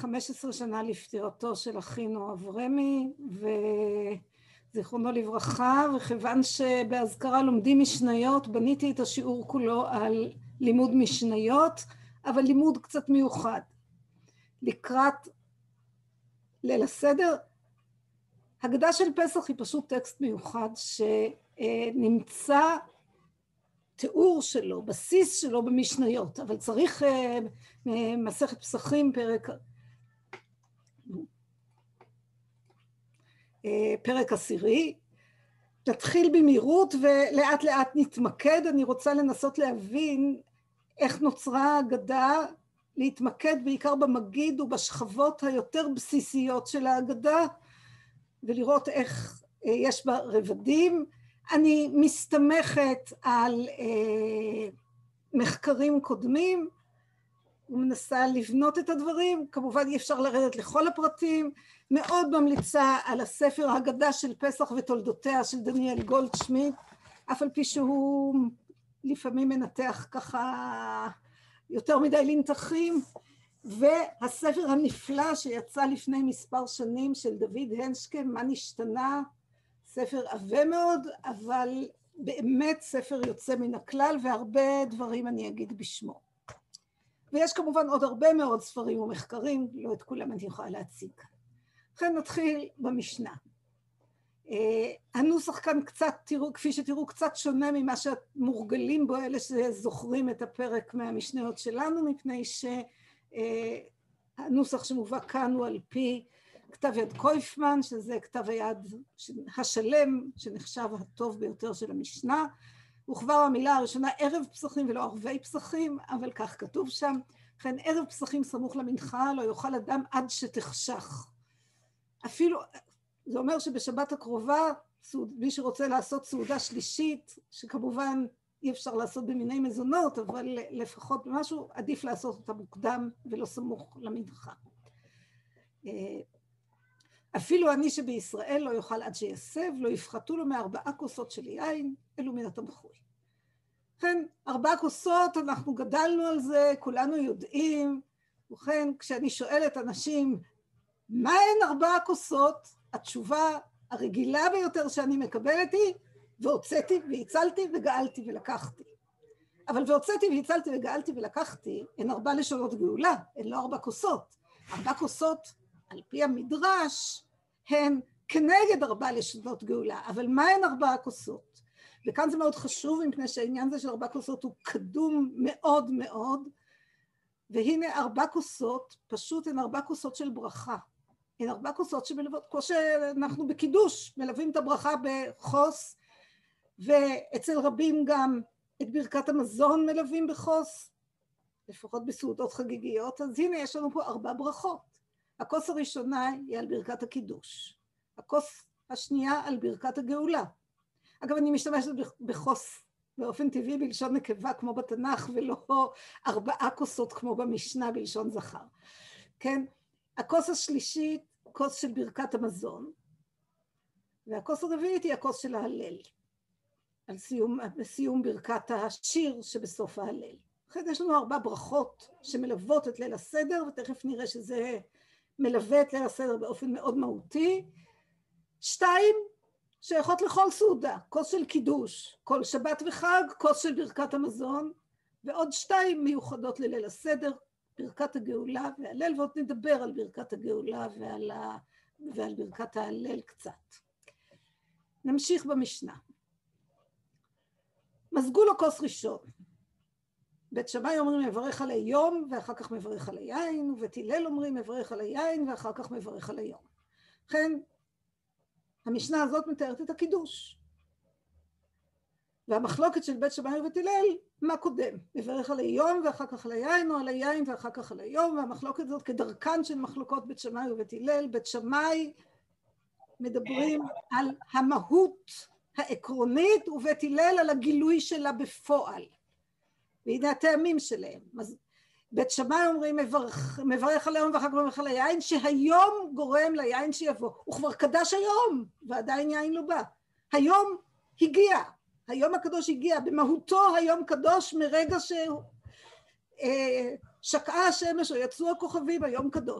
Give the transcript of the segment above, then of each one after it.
15 שנה לפטירתו של אחינו אברמי, וזיכרונו לברכה, וכיוון שבהזכרה לומדים משניות, בניתי את השיעור כולו על לימוד משניות, אבל לימוד קצת מיוחד. לקראת ליל הסדר, הגדה של פסח היא פשוט טקסט מיוחד, שנמצא תיאור שלו, בסיס שלו במשניות, אבל צריך מסכת פסחים, פרק עשירי. נתחיל במהירות ולאט לאט נתמקד. אני רוצה לנסות להבין איך נוצרה ההגדה, להתמקד בעיקר במגיד ובשכבות היותר בסיסיות של ההגדה, ולראות איך יש בה רבדים. אני מסתמכת על מחקרים קודמים, ומנסה לבנות את הדברים. כמובן אי אפשר לרדת לכל הפרטים. מאוד ממליצה על הספר ההגדה של פסח ותולדותיה של דניאל גולדשמידט, אף על פי שהוא לפעמים מנתח ככה יותר מדי לנתחים, והספר הנפלא שיצא לפני מספר שנים של דוד הנשקה, מה נשתנה, ספר עבה מאוד, אבל באמת ספר יוצא מן הכלל, והרבה דברים אני אגיד בשמו. ויש כמובן עוד הרבה מאוד ספרים ומחקרים, לא את כולם אני יכולה להציג. לכן נתחיל במשנה. הנוסח כאן קצת, כפי שתראו, קצת שונה ממה שמורגלים בו אלה שזוכרים את הפרק מהמשניות שלנו, מפני שהנוסח שמובא כאן הוא על פי כתב יד קויפמן, שזה כתב היד השלם שנחשב הטוב ביותר של המשנה. וכבר המילה הראשונה ערב פסחים ולא ערבי פסחים, אבל כך כתוב שם. לכן ערב פסחים סמוך למנחה לא יאכל אדם עד שתחשך. אפילו, זה אומר שבשבת הקרובה, מי שרוצה לעשות סעודה שלישית, שכמובן אי אפשר לעשות במיני מזונות, אבל לפחות במשהו, עדיף לעשות אותה מוקדם ולא סמוך למנחה. אפילו אני שבישראל לא יאכל עד שיסב, לא יפחתו לו מ4 כוסות של יין, אלו מן התמחוי. לכן 4 כוסות, אנחנו גדלנו על זה, כולנו יודעים, וכן כשאני שואלת אנשים, מה הן 4 כוסות? התשובה הרגילה ביותר שאני מקבלת היא, והוצאתי והצלתי וגאלתי ולקחתי. אבל והוצאתי והצלתי וגאלתי ולקחתי, הן 4 לשונות גאולה, הן לא 4 כוסות. 4 כוסות, על פי המדרש, הן כנגד 4 לשונות גאולה, אבל מה הן 4 כוסות? וכאן זה מאוד חשוב, מפני שהעניין הזה של 4 כוסות הוא קדום מאוד מאוד, והנה 4 כוסות, פשוט הן 4 כוסות של ברכה. הן 4 כוסות שמלוות, כמו שאנחנו בקידוש, מלווים את הברכה בחוס, ואצל רבים גם את ברכת המזון מלווים בחוס, לפחות בסעודות חגיגיות. אז הנה יש לנו פה 4 ברכות. הכוס הראשונה היא על ברכת הקידוש, הכוס השנייה על ברכת הגאולה. אגב, אני משתמשת בכוס באופן טבעי בלשון נקבה כמו בתנ"ך, ולא 4 כוסות כמו במשנה בלשון זכר. כן? הכוס השלישית, כוס של ברכת המזון, והכוס הרביעית היא הכוס של ההלל, על סיום ברכת השיר שבסוף ההלל. אחרי יש לנו 4 ברכות שמלוות את ליל הסדר, ותכף נראה שזה מלווה את ליל הסדר באופן מאוד מהותי. 2 שייכות לכל סעודה, כוס של קידוש, כל שבת וחג, כוס של ברכת המזון, ועוד 2 מיוחדות לליל הסדר, ברכת הגאולה וההלל, ועוד נדבר על ברכת הגאולה ועל ברכת ההלל קצת. נמשיך במשנה. מזגו לו כוס ראשון. בית שמאי אומרים מברך על היום ואחר כך מברך על היין, ובית הלל אומרים מברך על היין ואחר כך מברך על היום. לכן המשנה הזאת מתארת את הקידוש. והמחלוקת של בית שמאי ובית הלל, מה קודם? מברך על היום ואחר כך על היין, או על היין ואחר כך על היום, והמחלוקת הזאת כדרכן של מחלוקות בית שמאי ובית הלל. בית שמאי מדברים על המהות העקרונית, ובית הלל על הגילוי שלה בפועל. והנה הטעמים שלהם. בית שמאי אומרים מברך על היום ואחר כך מברך על היין, שהיום גורם ליין שיבוא. הוא כבר קדש היום, ועדיין יין לא בא. היום הגיע. היום הקדוש הגיע, במהותו היום קדוש מרגע ששקעה השמש או יצאו הכוכבים, היום קדוש.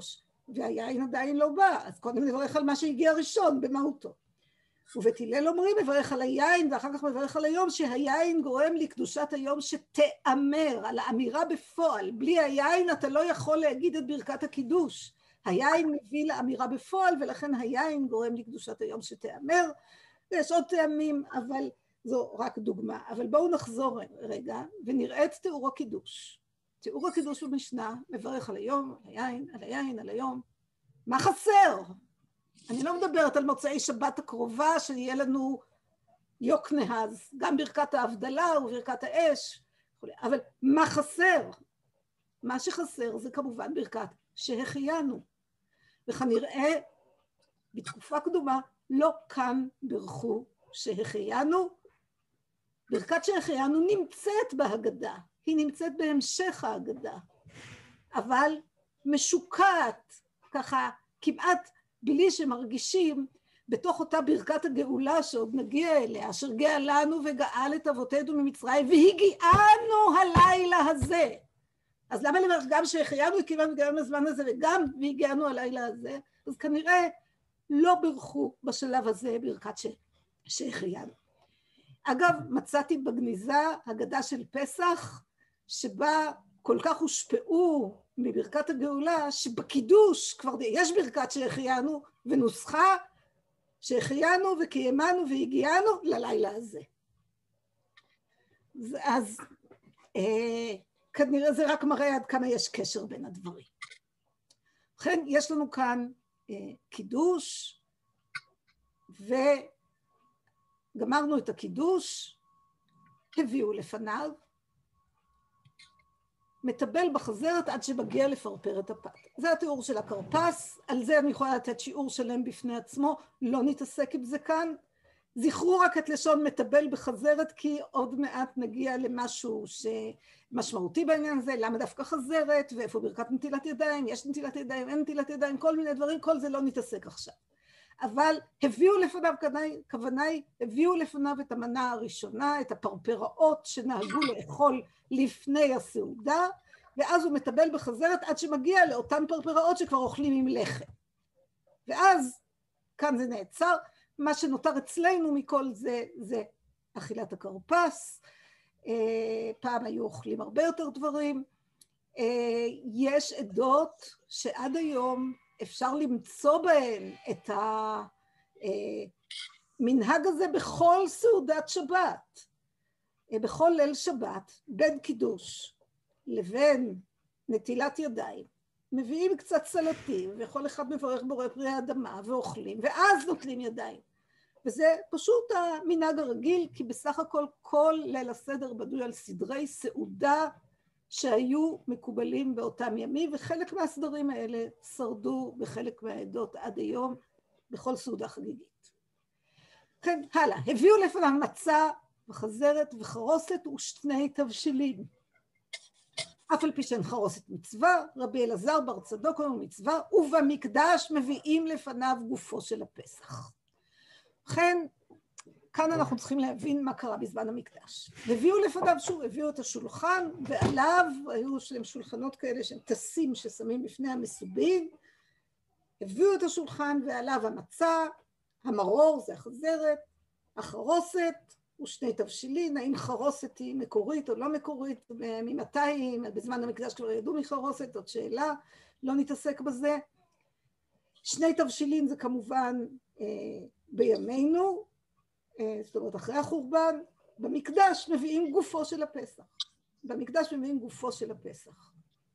והיין עדיין לא בא, אז קודם נברך על מה שהגיע ראשון במהותו. ובית הלל אומרים, מברך על היין, ואחר כך מברך על היום, שהיין גורם לקדושת היום שתאמר, על האמירה בפועל. בלי היין אתה לא יכול להגיד את ברכת הקידוש. היין מביא לאמירה בפועל, ולכן היין גורם לקדושת היום שתאמר. ויש עוד טעמים, אבל זו רק דוגמה. אבל בואו נחזור רגע, ונראה את תיאור הקידוש. תיאור הקידוש במשנה, מברך על היום, על היין, על היין, על היום. מה חסר? אני לא מדברת על מוצאי שבת הקרובה, שיהיה לנו יוקנהז, גם ברכת ההבדלה וברכת האש, אבל מה חסר? מה שחסר זה כמובן ברכת שהחיינו. וכנראה בתקופה קדומה לא כאן ברכו שהחיינו. ברכת שהחיינו נמצאת בהגדה, היא נמצאת בהמשך ההגדה, אבל משוקעת ככה כמעט בלי שמרגישים בתוך אותה ברכת הגאולה שעוד נגיע אליה, אשר גאה לנו וגאל את אבותינו ממצרים והגיענו הלילה הזה. אז למה לברך גם שהחיינו וקיבלנו בזמן הזה וגם והגיענו הלילה הזה? אז כנראה לא ברכו בשלב הזה ברכת שהחיינו. אגב, מצאתי בגניזה הגדה של פסח, שבה כל כך הושפעו מברכת הגאולה, שבקידוש כבר יש ברכת שהחיינו, ונוסחה שהחיינו וקיימנו והגיענו ללילה הזה. אז כנראה זה רק מראה עד כמה יש קשר בין הדברים. לכן יש לנו כאן קידוש, וגמרנו את הקידוש, הביאו לפניו, מטבל בחזרת עד שמגיע לפרפר את הפת. זה התיאור של הכרפס, על זה אני יכולה לתת שיעור שלם בפני עצמו, לא נתעסק עם זה כאן. זכרו רק את לשון מטבל בחזרת, כי עוד מעט נגיע למשהו שמשמעותי בעניין הזה, למה דווקא חזרת, ואיפה ברכת נטילת ידיים, יש נטילת ידיים, אין נטילת ידיים, כל מיני דברים, כל זה לא נתעסק עכשיו. אבל הביאו לפניו, כוונה היא, הביאו לפניו את המנה הראשונה, את הפרפראות שנהגו לאכול לפני הסעודה, ואז הוא מטבל בחזרת עד שמגיע לאותן פרפראות שכבר אוכלים עם לחם. ואז כאן זה נעצר, מה שנותר אצלנו מכל זה, זה אכילת הכרפס, פעם היו אוכלים הרבה יותר דברים, יש עדות שעד היום אפשר למצוא בהן את המנהג הזה בכל סעודת שבת, בכל ליל שבת, בין קידוש לבין נטילת ידיים, מביאים קצת סלטים, וכל אחד מברך בורא פרי האדמה ואוכלים, ואז נוטלים ידיים. וזה פשוט המנהג הרגיל, כי בסך הכל כל ליל הסדר בנוי על סדרי סעודה שהיו מקובלים באותם ימים, וחלק מהסדרים האלה שרדו בחלק מהעדות עד היום בכל סעודה חגיגית. כן, הלאה, הביאו לפניו מצה וחזרת וחרוסת ושני תבשילים. אף על פי שהן חרוסת מצווה, רבי אלעזר בר צדוק אומר מצווה, ובמקדש מביאים לפניו גופו של הפסח. לכן, כאן אנחנו צריכים להבין מה קרה בזמן המקדש. הביאו לפניו שוב, הביאו את השולחן, ועליו היו שלהם שולחנות כאלה שהם טסים ששמים בפני המסובים, הביאו את השולחן ועליו המצה, המרור זה החזרת, החרוסת ושני תבשילין, האם חרוסת היא מקורית או לא מקורית, ממתי היא, בזמן המקדש כבר ידעו מחרוסת, עוד שאלה, לא נתעסק בזה. שני תבשילין זה כמובן בימינו, זאת אומרת אחרי החורבן, במקדש מביאים גופו של הפסח. במקדש מביאים גופו של הפסח.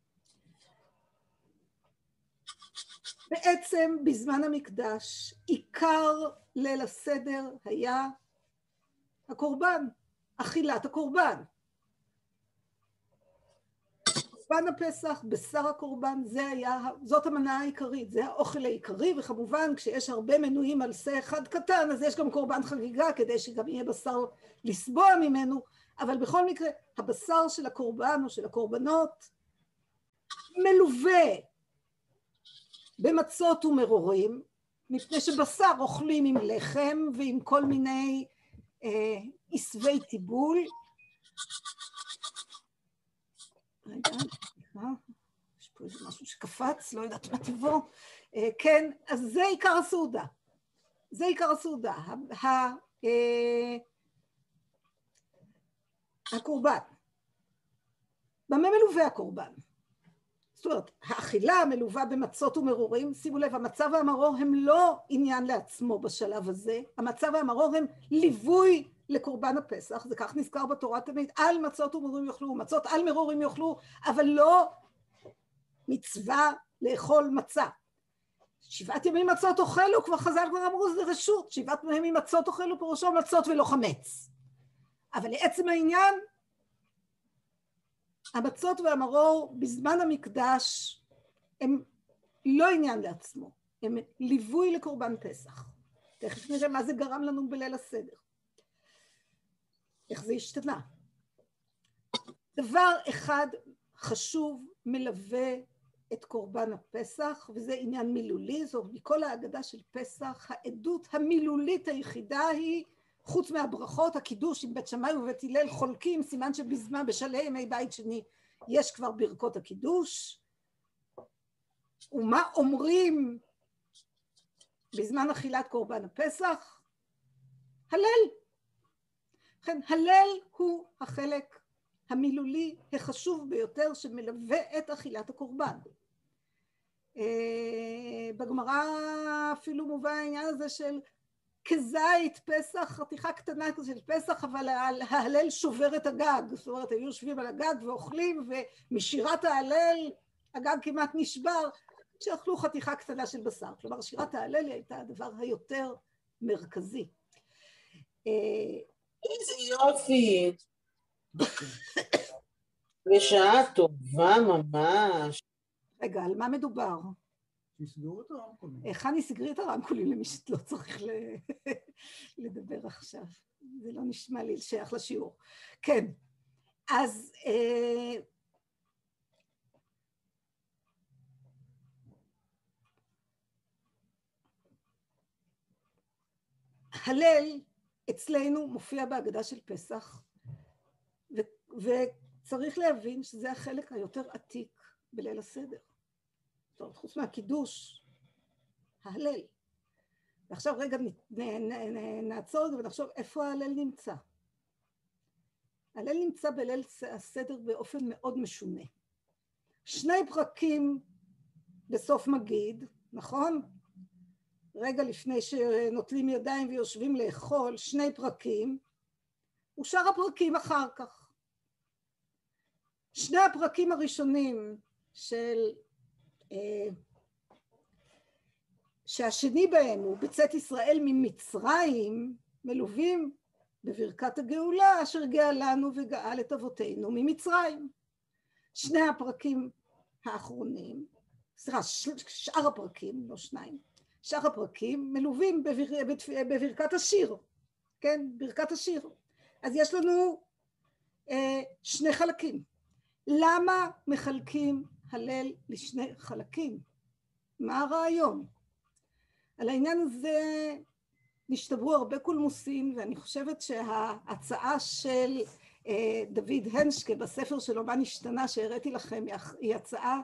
בעצם בזמן המקדש עיקר ליל הסדר היה הקורבן, אכילת הקורבן. קורבן הפסח, בשר הקורבן, זאת המנה העיקרית, זה האוכל העיקרי, וכמובן כשיש הרבה מנויים על שא אחד קטן, אז יש גם קורבן חגיגה, כדי שגם יהיה בשר לסבוע ממנו, אבל בכל מקרה, הבשר של הקורבן או של הקורבנות, מלווה במצות ומרורים, מפני שבשר אוכלים עם לחם ועם כל מיני עשבי טיבול. רגע, יש פה איזה משהו שקפץ, לא יודעת מה תבוא. כן, אז זה עיקר הסעודה. זה עיקר הסעודה. הקורבן. במה מלווה הקורבן? זאת אומרת, האכילה מלווה במצות ומרורים, שימו לב, המצה והמרור הם לא עניין לעצמו בשלב הזה, המצה והמרור הם ליווי לקורבן הפסח, זה כך נזכר בתורה תמיד, על מצות ומרורים יאכלו, מצות על מרורים יאכלו, אבל לא מצווה לאכול מצה. 7 ימים מצות אוכלו, כבר חז"ל כבר אמרו, זה רשות, 7 ימים מצות אוכלו פירושו מצות ולא חמץ. אבל לעצם העניין, המצות והמרור בזמן המקדש הם לא עניין לעצמו, הם ליווי לקורבן פסח. תכף נראה מה זה גרם לנו בליל הסדר. איך זה השתנה. דבר אחד חשוב מלווה את קורבן הפסח, וזה עניין מילולי, זו מכל ההגדה של פסח, העדות המילולית היחידה היא, חוץ מהברכות, הקידוש עם בית שמאי ובית הלל חולקים, סימן שבזמן בשלהי ימי בית שני יש כבר ברכות הקידוש, ומה אומרים בזמן אכילת קורבן הפסח? הלל. כן, הלל הוא החלק המילולי החשוב ביותר שמלווה את אכילת הקורבן. בגמרא אפילו מובא העניין הזה של כזית פסח, חתיכה קטנה של פסח, אבל ההלל שובר את הגג, זאת אומרת היו יושבים על הגג ואוכלים, ומשירת ההלל הגג כמעט נשבר, שאכלו חתיכה קטנה של בשר. כלומר שירת ההלל הייתה הדבר היותר מרכזי. איזה יופי. בשעה טובה ממש. רגע, על מה מדובר? תסגרו את הרמקולים. חני סגרי את הרמקולים למי שלא צריך לדבר עכשיו. זה לא נשמע לי שייך לשיעור. כן, אז הלל אצלנו מופיע בהגדה של פסח, וצריך להבין שזה החלק היותר עתיק בליל הסדר. זאת אומרת, חוץ מהקידוש, ההלל. ועכשיו רגע נעצור ונחשוב איפה ההלל נמצא. ההלל נמצא בליל הסדר באופן מאוד משונה. 2 פרקים בסוף מגיד, נכון? רגע לפני שנוטלים ידיים ויושבים לאכול, 2 פרקים, ושאר הפרקים אחר כך. 2 הפרקים הראשונים שהשני בהם הוא בצאת ישראל ממצרים, מלווים בברכת הגאולה אשר גאה לנו וגאל את אבותינו ממצרים. 2 הפרקים האחרונים, שאר הפרקים, לא 2, שאר הפרקים מלווים בברכת השיר, כן, ברכת השיר. אז יש לנו 2 חלקים. למה מחלקים הלל ל2 חלקים? מה הרעיון? על העניין הזה נשתברו הרבה קולמוסים, ואני חושבת שההצעה של דוד הנשקה בספר שלו מה נשתנה שהראיתי לכם היא הצעה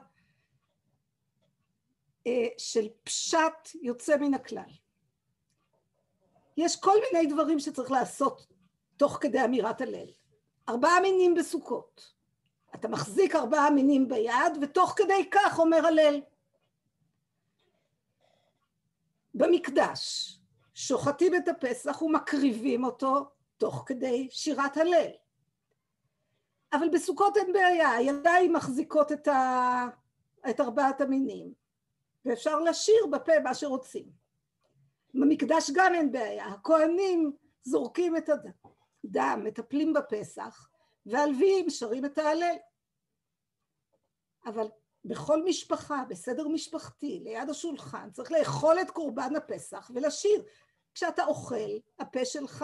של פשט יוצא מן הכלל. יש כל מיני דברים שצריך לעשות תוך כדי אמירת הלל. 4 מינים בסוכות. אתה מחזיק 4 מינים ביד, ותוך כדי כך אומר הלל. במקדש, שוחטים את הפסח ומקריבים אותו תוך כדי שירת הלל. אבל בסוכות אין בעיה, הידיים מחזיקות את 4 המינים, ואפשר לשיר בפה מה שרוצים. במקדש גם אין בעיה, הכהנים זורקים את הדם, מטפלים בפסח, והלוויים שרים את ההלל. אבל בכל משפחה, בסדר משפחתי, ליד השולחן, צריך לאכול את קורבן הפסח ולשיר. כשאתה אוכל, הפה שלך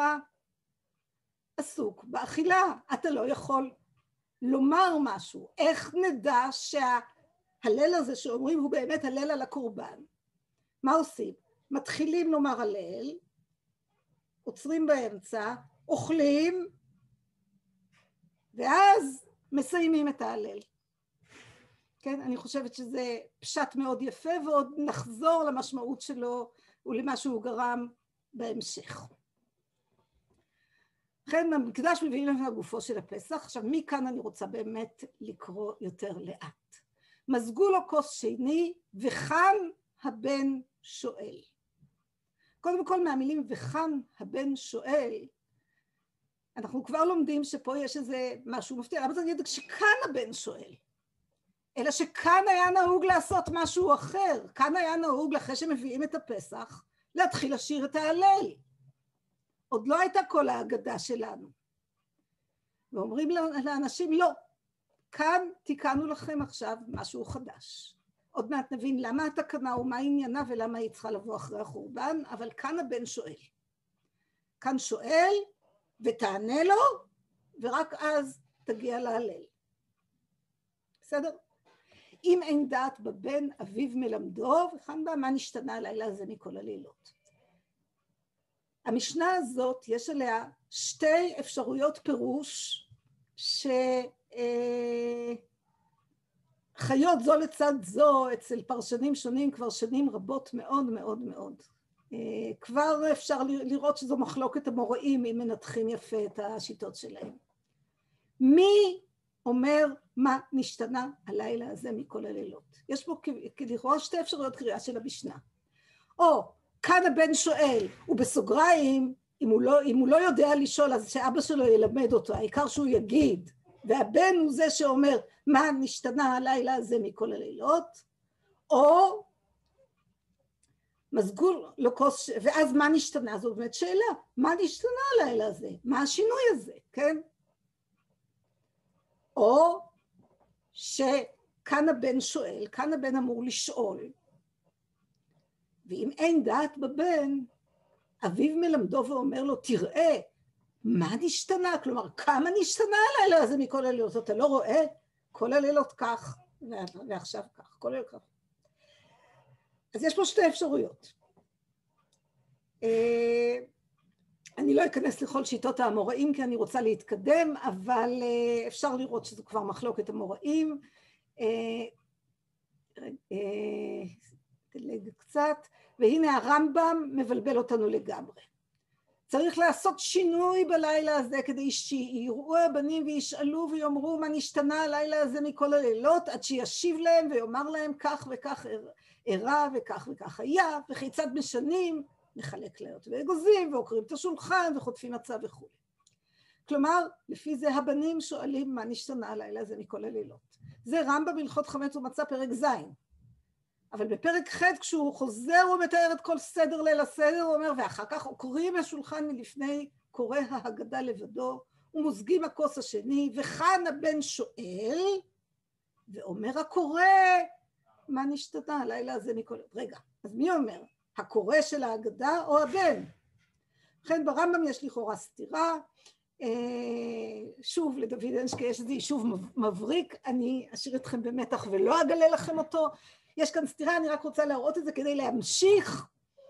עסוק באכילה, אתה לא יכול לומר משהו. איך נדע שההלל הזה שאומרים הוא באמת הלל על הקורבן? מה עושים? מתחילים לומר הלל, עוצרים באמצע, אוכלים, ואז מסיימים את ההלל. כן, אני חושבת שזה פשט מאוד יפה, ועוד נחזור למשמעות שלו ולמה שהוא גרם בהמשך. לכן המקדש מביאים לנו הגופו של הפסח. עכשיו מכאן אני רוצה באמת לקרוא יותר לאט. מזגו לו כוס שני וכאן הבן שואל. קודם כל מהמילים וכאן הבן שואל, אנחנו כבר לומדים שפה יש איזה משהו מפתיע. למה תגיד שכאן הבן שואל? אלא שכאן היה נהוג לעשות משהו אחר. כאן היה נהוג אחרי שמביאים את הפסח להתחיל לשיר את ההלל. עוד לא הייתה כל ההגדה שלנו. ואומרים לאנשים לא, כאן תיקנו לכם עכשיו משהו חדש. עוד מעט נבין למה התקנה ומה עניינה ולמה היא צריכה לבוא אחרי החורבן, אבל כאן הבן שואל. כאן שואל ותענה לו, ורק אז תגיע להלל. בסדר? אם אין דעת בבן אביו מלמדו, וכאן בא מה נשתנה הלילה הזה מכל הלילות. המשנה הזאת יש עליה שתי אפשרויות פירוש שחיות זו לצד זו אצל פרשנים שונים כבר שנים רבות מאוד מאוד מאוד. כבר אפשר לראות שזו מחלוקת המוראים אם מנתחים יפה את השיטות שלהם. מי אומר מה נשתנה הלילה הזה מכל הלילות? יש פה כלראות שתי אפשרויות קריאה של המשנה. או כאן הבן שואל, ובסוגריים, אם הוא לא יודע לשאול, אז שאבא שלו ילמד אותו, העיקר שהוא יגיד, והבן הוא זה שאומר מה נשתנה הלילה הזה מכל הלילות, או מזגו לו כוס, ואז מה נשתנה? זאת אומרת שאלה, מה נשתנה הלילה הזה? מה השינוי הזה? כן? או שכאן הבן שואל, כאן הבן אמור לשאול, ואם אין דעת בבן, אביו מלמדו ואומר לו, תראה, מה נשתנה? כלומר, כמה נשתנה הלילה הזה מכל הלילות? אתה לא רואה? כל הלילות כך, ועכשיו כך, כל הלילות כך. אז יש פה שתי אפשרויות. אני לא אכנס לכל שיטות האמוראים, כי אני רוצה להתקדם, אבל אפשר לראות שזו כבר מחלוקת המוראים. תלג קצת, והנה הרמב"ם מבלבל אותנו לגמרי. צריך לעשות שינוי בלילה הזה כדי שיראו הבנים וישאלו ויאמרו מה נשתנה הלילה הזה מכל הלילות, עד שישיב להם ויאמר להם כך וכך אירע וכך וכך היה, וכיצד משנים, נחלק כליות ואגוזים ועוקרים את השולחן וחוטפים מצה וכו'. כלומר, לפי זה הבנים שואלים מה נשתנה הלילה הזה מכל הלילות. זה רמב"ם הלכות חמץ ומצה פרק ז'. אבל בפרק ח' כשהוא חוזר ומתאר את כל סדר ליל הסדר, הוא אומר, ואחר כך עוקרים השולחן מלפני קורא ההגדה לבדו, ומוזגים הכוס השני, וכאן הבן שואל, ואומר הקורא, מה נשתנה הלילה הזה מכל... רגע, אז מי אומר? הקורא של ההגדה או הבן? לכן ברמב"ם יש לכאורה סתירה, שוב לדוד אנשקה יש איזה יישוב מבריק, אני אשאיר אתכם במתח ולא אגלה לכם אותו, יש כאן סתירה, אני רק רוצה להראות את זה כדי להמשיך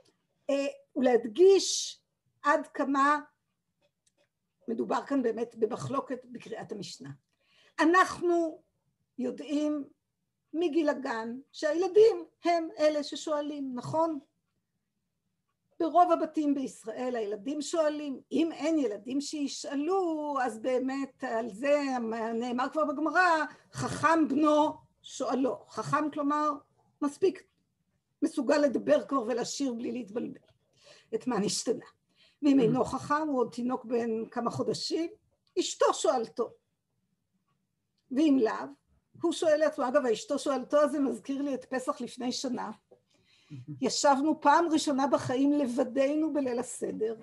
ולהדגיש עד כמה מדובר כאן באמת במחלוקת בקריאת המשנה. אנחנו יודעים מגיל הגן שהילדים הם אלה ששואלים, נכון? ברוב הבתים בישראל הילדים שואלים, אם אין ילדים שישאלו, אז באמת על זה נאמר כבר בגמרא, חכם בנו שואלו. חכם כלומר מספיק מסוגל לדבר כבר ולשיר בלי להתבלבל את מה נשתנה. ואם אינו חכם, הוא עוד תינוק בן כמה חודשים, אשתו שואלתו. ואם לאו, הוא שואל לעצמו, אגב, האשתו שואלתו הזה מזכיר לי את פסח לפני שנה. ישבנו פעם ראשונה בחיים לבדנו בליל הסדר.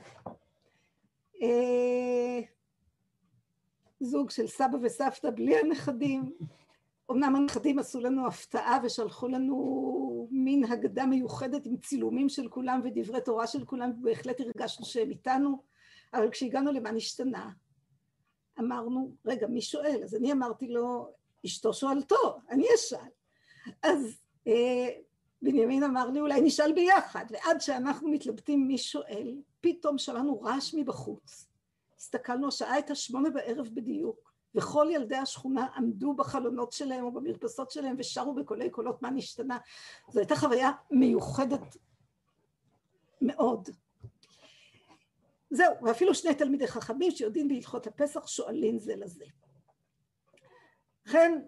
זוג של סבא וסבתא בלי הנכדים. אמנם הנכדים עשו לנו הפתעה ושלחו לנו מין הגדה מיוחדת עם צילומים של כולם ודברי תורה של כולם, ובהחלט הרגשנו שהם איתנו, אבל כשהגענו למה נשתנה, אמרנו, רגע, מי שואל? אז אני אמרתי לו, אשתו שואלתו, אני אשאל. אז בנימין אמר לי, אולי נשאל ביחד, ועד שאנחנו מתלבטים מי שואל, פתאום שמענו רעש מבחוץ. הסתכלנו, השעה הייתה 8 בערב בדיוק, וכל ילדי השכונה עמדו בחלונות שלהם או במרפסות שלהם ושרו בקולי קולות מה נשתנה. זו הייתה חוויה מיוחדת מאוד. זהו, ואפילו שני תלמידי חכמים שיודעים בהלכות הפסח שואלים זה לזה. לכן,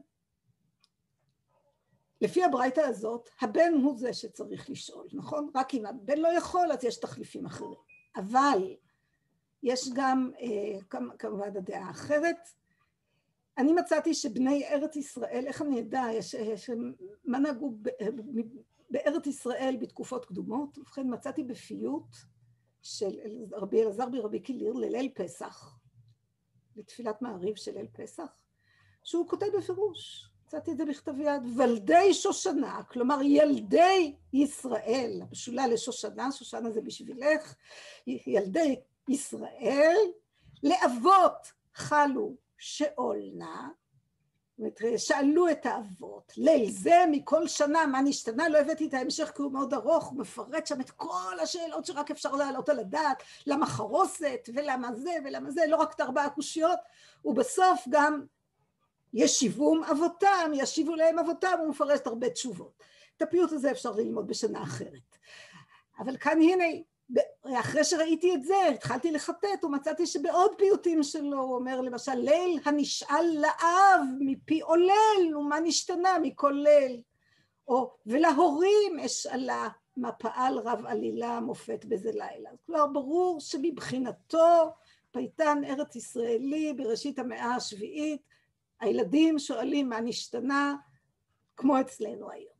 לפי הברייתא הזאת, הבן הוא זה שצריך לשאול, נכון? רק אם הבן לא יכול, אז יש תחליפים אחרים. אבל יש גם כמובן הדעה האחרת. אני מצאתי שבני ארץ ישראל, איך אני אדע, מה נהגו בארץ ישראל בתקופות קדומות, ובכן מצאתי בפיוט של רבי אלעזר ברבי קיליר לליל פסח, לתפילת מעריב של ליל פסח, שהוא כותב בפירוש, מצאתי את זה בכתב יד, ולדי שושנה, כלומר ילדי ישראל, בשולה לשושנה, שושנה זה בשבילך, ילדי ישראל, לאבות חלו שאולנה, שאלו את האבות, ליל זה מכל שנה מה נשתנה, לא הבאתי את ההמשך כי הוא מאוד ארוך, הוא מפרט שם את כל השאלות שרק אפשר להעלות על הדעת, למה חרוסת ולמה זה ולמה זה, לא רק את 4 הקושיות, ובסוף גם ישיבום אבותם, ישיבו להם אבותם, הוא מפרט הרבה תשובות. את הפיוט הזה אפשר ללמוד בשנה אחרת. אבל כאן הנה, אחרי שראיתי את זה, התחלתי לחטט, ומצאתי שבעוד פיוטים שלו, הוא אומר למשל, ליל הנשאל לאב מפי עולל, ומה נשתנה מכל ליל. או, ולהורים אשאלה, מה פעל רב עלילה מופת בזה לילה. כלומר, ברור שמבחינתו, פייטן ארץ ישראלי בראשית המאה השביעית, הילדים שואלים מה נשתנה, כמו אצלנו היום.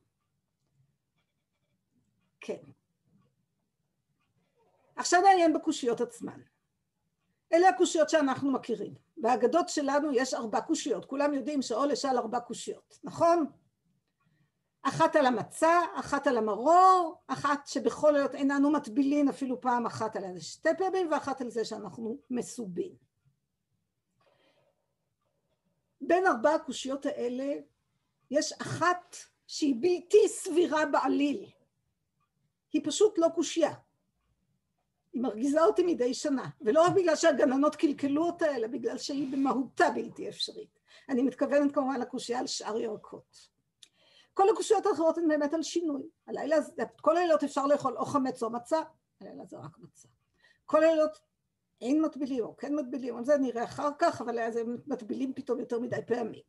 כן. עכשיו נעיין בקושיות עצמן. אלה הקושיות שאנחנו מכירים. בהגדות שלנו יש 4 קושיות. כולם יודעים שעול שאל 4 קושיות, נכון? אחת על המצה, אחת על המרור, אחת שבכל זאת איננו מטבילין אפילו פעם אחת על 2 פעמים, ואחת על זה שאנחנו מסובין. בין 4 הקושיות האלה יש אחת שהיא בלתי סבירה בעליל. היא פשוט לא קושיה. היא מרגיזה אותי מדי שנה, ולא רק בגלל שהגננות קלקלו אותה, אלא בגלל שהיא במהותה בלתי אפשרית. אני מתכוונת כמובן לקושיה על שאר ירקות. כל הקושיות האחרות הן באמת על שינוי. הלילה, כל הלילות אפשר לאכול או חמץ או מצה, הלילה זה רק מצה. כל הלילות אין מטבילים או כן מטבילים, על זה נראה אחר כך, אבל אז הם מטבילים פתאום יותר מדי פעמים.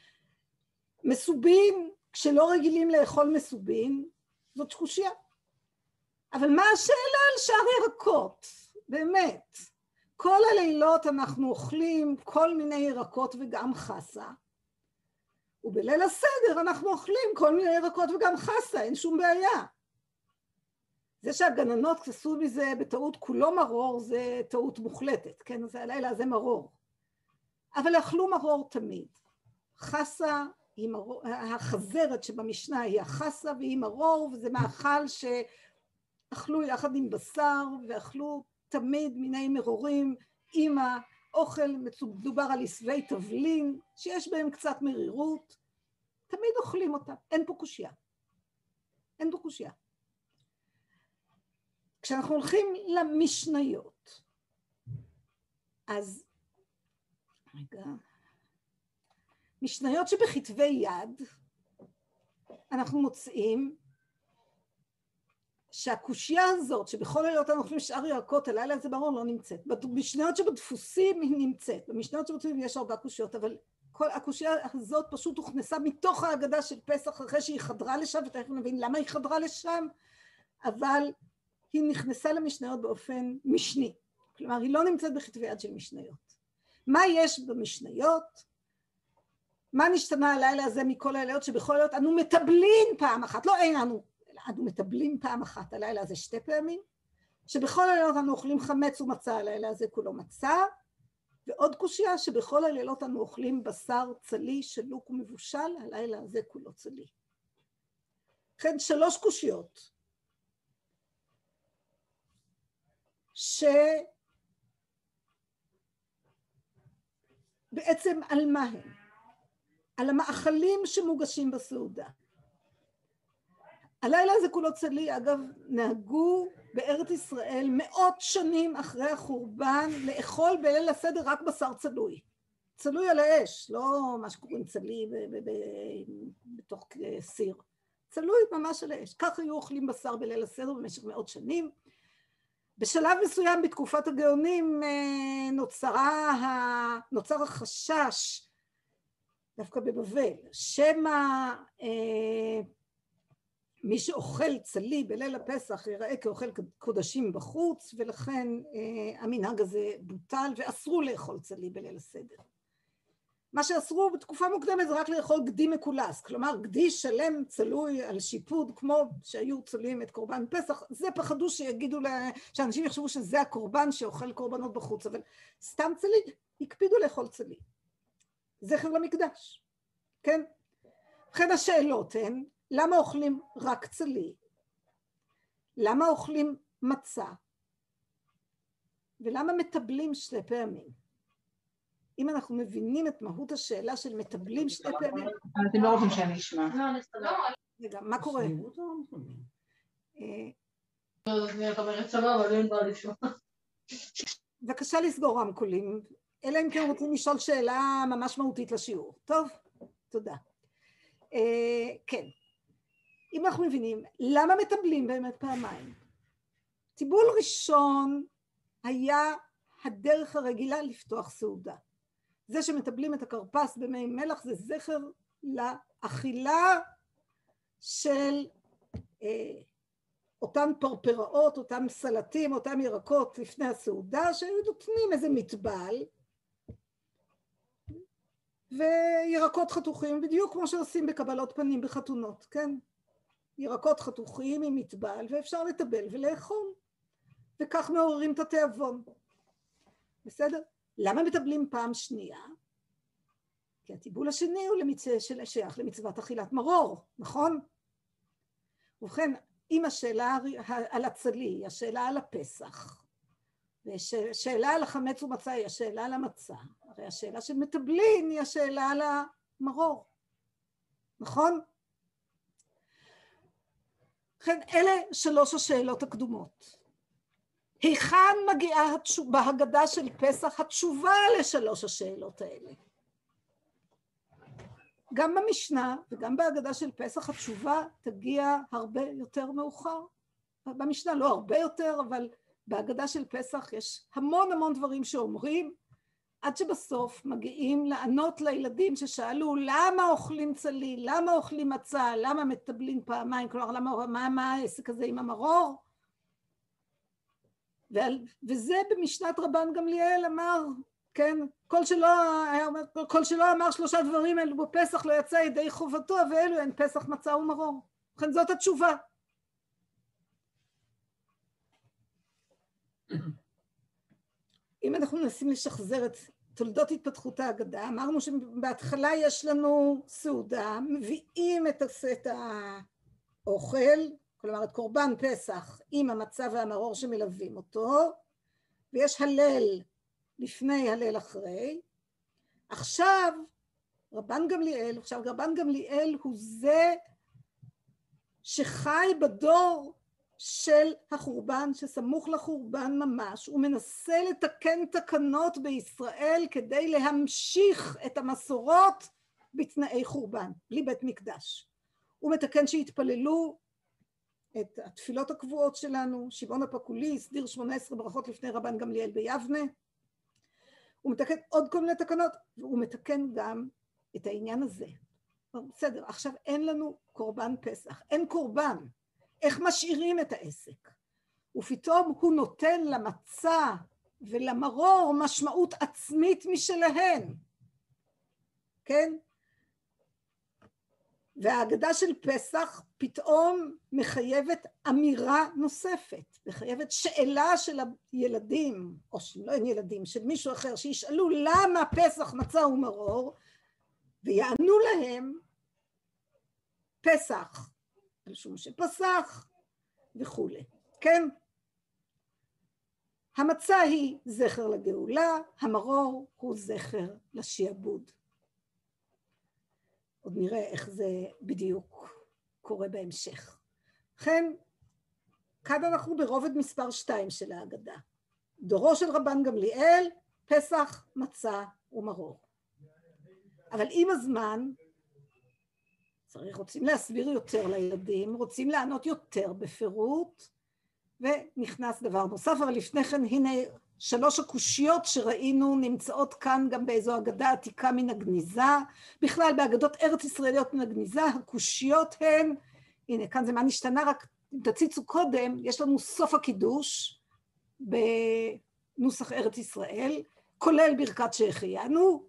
מסובין, כשלא רגילים לאכול מסובין, זאת קושיה. אבל מה השאלה על שאר ירקות? באמת. כל הלילות אנחנו אוכלים כל מיני ירקות וגם חסה, ובליל הסדר אנחנו אוכלים כל מיני ירקות וגם חסה, אין שום בעיה. זה שהגננות עשו מזה בטעות כולו מרור, זה טעות מוחלטת, כן? זה הלילה זה מרור. אבל אכלו מרור תמיד. חסה, החזרת שבמשנה היא החסה והיא מרור, וזה מאכל שאכלו יחד עם בשר, ואכלו תמיד מיני מרורים עם האוכל, מדובר על עשבי תבלין, שיש בהם קצת מרירות, תמיד אוכלים אותה, אין פה קושיה. אין פה קושיה. כשאנחנו הולכים למשניות, אז, רגע, משניות שבכתבי יד, אנחנו מוצאים שהקושיה הזאת, שבכל הלילות אנחנו אוכלים שאר ירקות, הלילה זה ברור לא נמצאת. במשניות שבדפוסים היא נמצאת, במשניות שבדפוסים יש 4 קושיות, אבל כל הקושיה הזאת פשוט הוכנסה מתוך ההגדה של פסח, אחרי שהיא חדרה לשם, ותכף נבין למה היא חדרה לשם, אבל היא נכנסה למשניות באופן משני. כלומר, היא לא נמצאת בכתבי יד של משניות. מה יש במשניות? מה נשתנה הלילה הזה מכל הלילות שבכל הלילות אנו מטבלים פעם אחת, לא אין אנו מטבלים פעם אחת, הלילה הזה 2 פעמים, שבכל הלילות אנו אוכלים חמץ ומצה, הלילה הזה כולו מצה, ועוד קושיה שבכל הלילות אנו אוכלים בשר צלי, שלוק ומבושל, הלילה הזה כולו צלי. לכן 3 קושיות, שבעצם על מה הם? על המאכלים שמוגשים בסעודה. הלילה הזה כולו צלי, אגב, נהגו בארץ ישראל 100 שנים אחרי החורבן לאכול בליל הסדר רק בשר צלוי. צלוי על האש, לא מה שקוראים צלי בתוך סיר, צלוי ממש על האש. כך היו אוכלים בשר בליל הסדר במשך מאות שנים. בשלב מסוים בתקופת הגאונים נוצר החשש, דווקא בבבל, שמא מי שאוכל צלי בליל הפסח ייראה כאוכל קודשים בחוץ, ולכן המנהג הזה בוטל ואסרו לאכול צלי בליל הסדר. מה שאסרו בתקופה מוקדמת זה רק לאכול גדי מקולס, כלומר גדי שלם צלוי על שיפוד כמו שהיו צוליים את קורבן פסח. זה פחדו שיגידו שאנשים יחשבו שזה הקורבן שאוכל קורבנות בחוץ, אבל סתם צלי, הקפידו לאכול צלי. זכר למקדש, כן? לכן השאלות הן, למה אוכלים רק צלי? למה אוכלים מצה? ולמה מטבלים שתי פעמים? אם אנחנו מבינים את מהות השאלה של מטבלים שתי פעמים... אתם לא רוצים שאני אשמע. רגע, מה קורה? בבקשה לסגור רמקולים, אלא אם כן רוצים לשאול שאלה ממש מהותית לשיעור. טוב? תודה. כן. אם אנחנו מבינים, למה מטבלים באמת פעמיים? טיבול ראשון היה הדרך הרגילה לפתוח סעודה. זה שמטבלים את הכרפס במי מלח זה זכר לאכילה של אותן פרפראות, אותם סלטים, אותם ירקות לפני הסעודה, שהיו נותנים איזה מטבל, וירקות חתוכים, בדיוק כמו שעושים בקבלות פנים בחתונות, כן? ירקות חתוכים עם מטבל, ואפשר לטבל ולאכול, וכך מעוררים את התיאבון. בסדר? למה מטבלים פעם שנייה? כי הטיבול השני הוא שייך למצוות אכילת מרור, נכון? ובכן, אם השאלה על הצלי, השאלה על הפסח, והשאלה על החמץ ומצה היא השאלה על המצה, הרי השאלה של מטבלין היא השאלה על המרור, נכון? ובכן, אלה שלוש השאלות הקדומות. היכן מגיעה בהגדה של פסח התשובה לשלוש השאלות האלה? גם במשנה וגם בהגדה של פסח התשובה תגיע הרבה יותר מאוחר. במשנה לא הרבה יותר, אבל בהגדה של פסח יש המון המון דברים שאומרים, עד שבסוף מגיעים לענות לילדים ששאלו למה אוכלים צלי, למה אוכלים מצה, למה מטבלים פעמיים, כלומר מה העסק הזה עם המרור? וזה במשנת רבן גמליאל אמר, כן, כל שלא אמר שלושה דברים אלו בפסח לא יצא ידי חובתו, ואלו הן פסח מצה ומרור. לכן זאת התשובה. אם אנחנו מנסים לשחזר את תולדות התפתחות ההגדה, אמרנו שבהתחלה יש לנו סעודה, מביאים את האוכל, כלומר את קורבן פסח עם המצה והמרור שמלווים אותו, ויש הלל לפני הלל אחרי. עכשיו רבן גמליאל הוא זה שחי בדור של החורבן, שסמוך לחורבן ממש, הוא מנסה לתקן תקנות בישראל כדי להמשיך את המסורות בתנאי חורבן, בלי בית מקדש. הוא מתקן שהתפללו את התפילות הקבועות שלנו, שמעון הפקולי הסדיר 18 ברכות לפני רבן גמליאל ביבנה, הוא מתקן עוד כל מיני תקנות, והוא מתקן גם את העניין הזה. בסדר, עכשיו אין לנו קורבן פסח, אין קורבן, איך משאירים את העסק? ופתאום הוא נותן למצה ולמרור משמעות עצמית משלהן, כן? וההגדה של פסח פתאום מחייבת אמירה נוספת, מחייבת שאלה של הילדים, או שלא אין ילדים, של מישהו אחר, שישאלו למה פסח מצה ומרור, ויענו להם פסח, על שום שפסח וכו'. כן? המצה היא זכר לגאולה, המרור הוא זכר לשיעבוד. עוד נראה איך זה בדיוק קורה בהמשך. לכן, כאן אנחנו ברובד מספר 2 של ההגדה. דורו של רבן גמליאל, פסח, מצה ומרור. אבל עם הזמן, רוצים להסביר יותר לילדים, רוצים לענות יותר בפירוט, ונכנס דבר נוסף, אבל לפני כן הנה 3 הקושיות שראינו נמצאות כאן גם באיזו אגדה עתיקה מן הגניזה, בכלל באגדות ארץ ישראליות מן הגניזה, הקושיות הן, הנה כאן זה מה נשתנה, רק אם תציצו קודם, יש לנו סוף הקידוש בנוסח ארץ ישראל, כולל ברכת שהחיינו,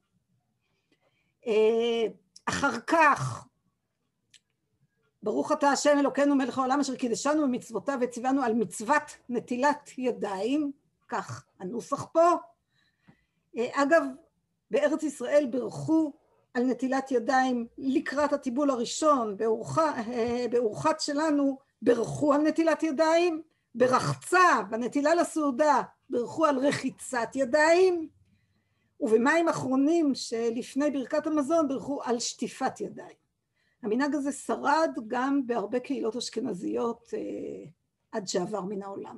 אחר כך, ברוך אתה השם אלוקינו מלך העולם אשר קידשנו במצוותיו וציוונו על מצוות נטילת ידיים, כך הנוסח פה. אגב, בארץ ישראל ברכו על נטילת ידיים לקראת הטיבול הראשון, באורחת שלנו ברכו על נטילת ידיים, ברחצה, בנטילה לסעודה, ברכו על רחיצת ידיים, ובמים אחרונים שלפני ברכת המזון ברכו על שטיפת ידיים. המנהג הזה שרד גם בהרבה קהילות אשכנזיות עד שעבר מן העולם.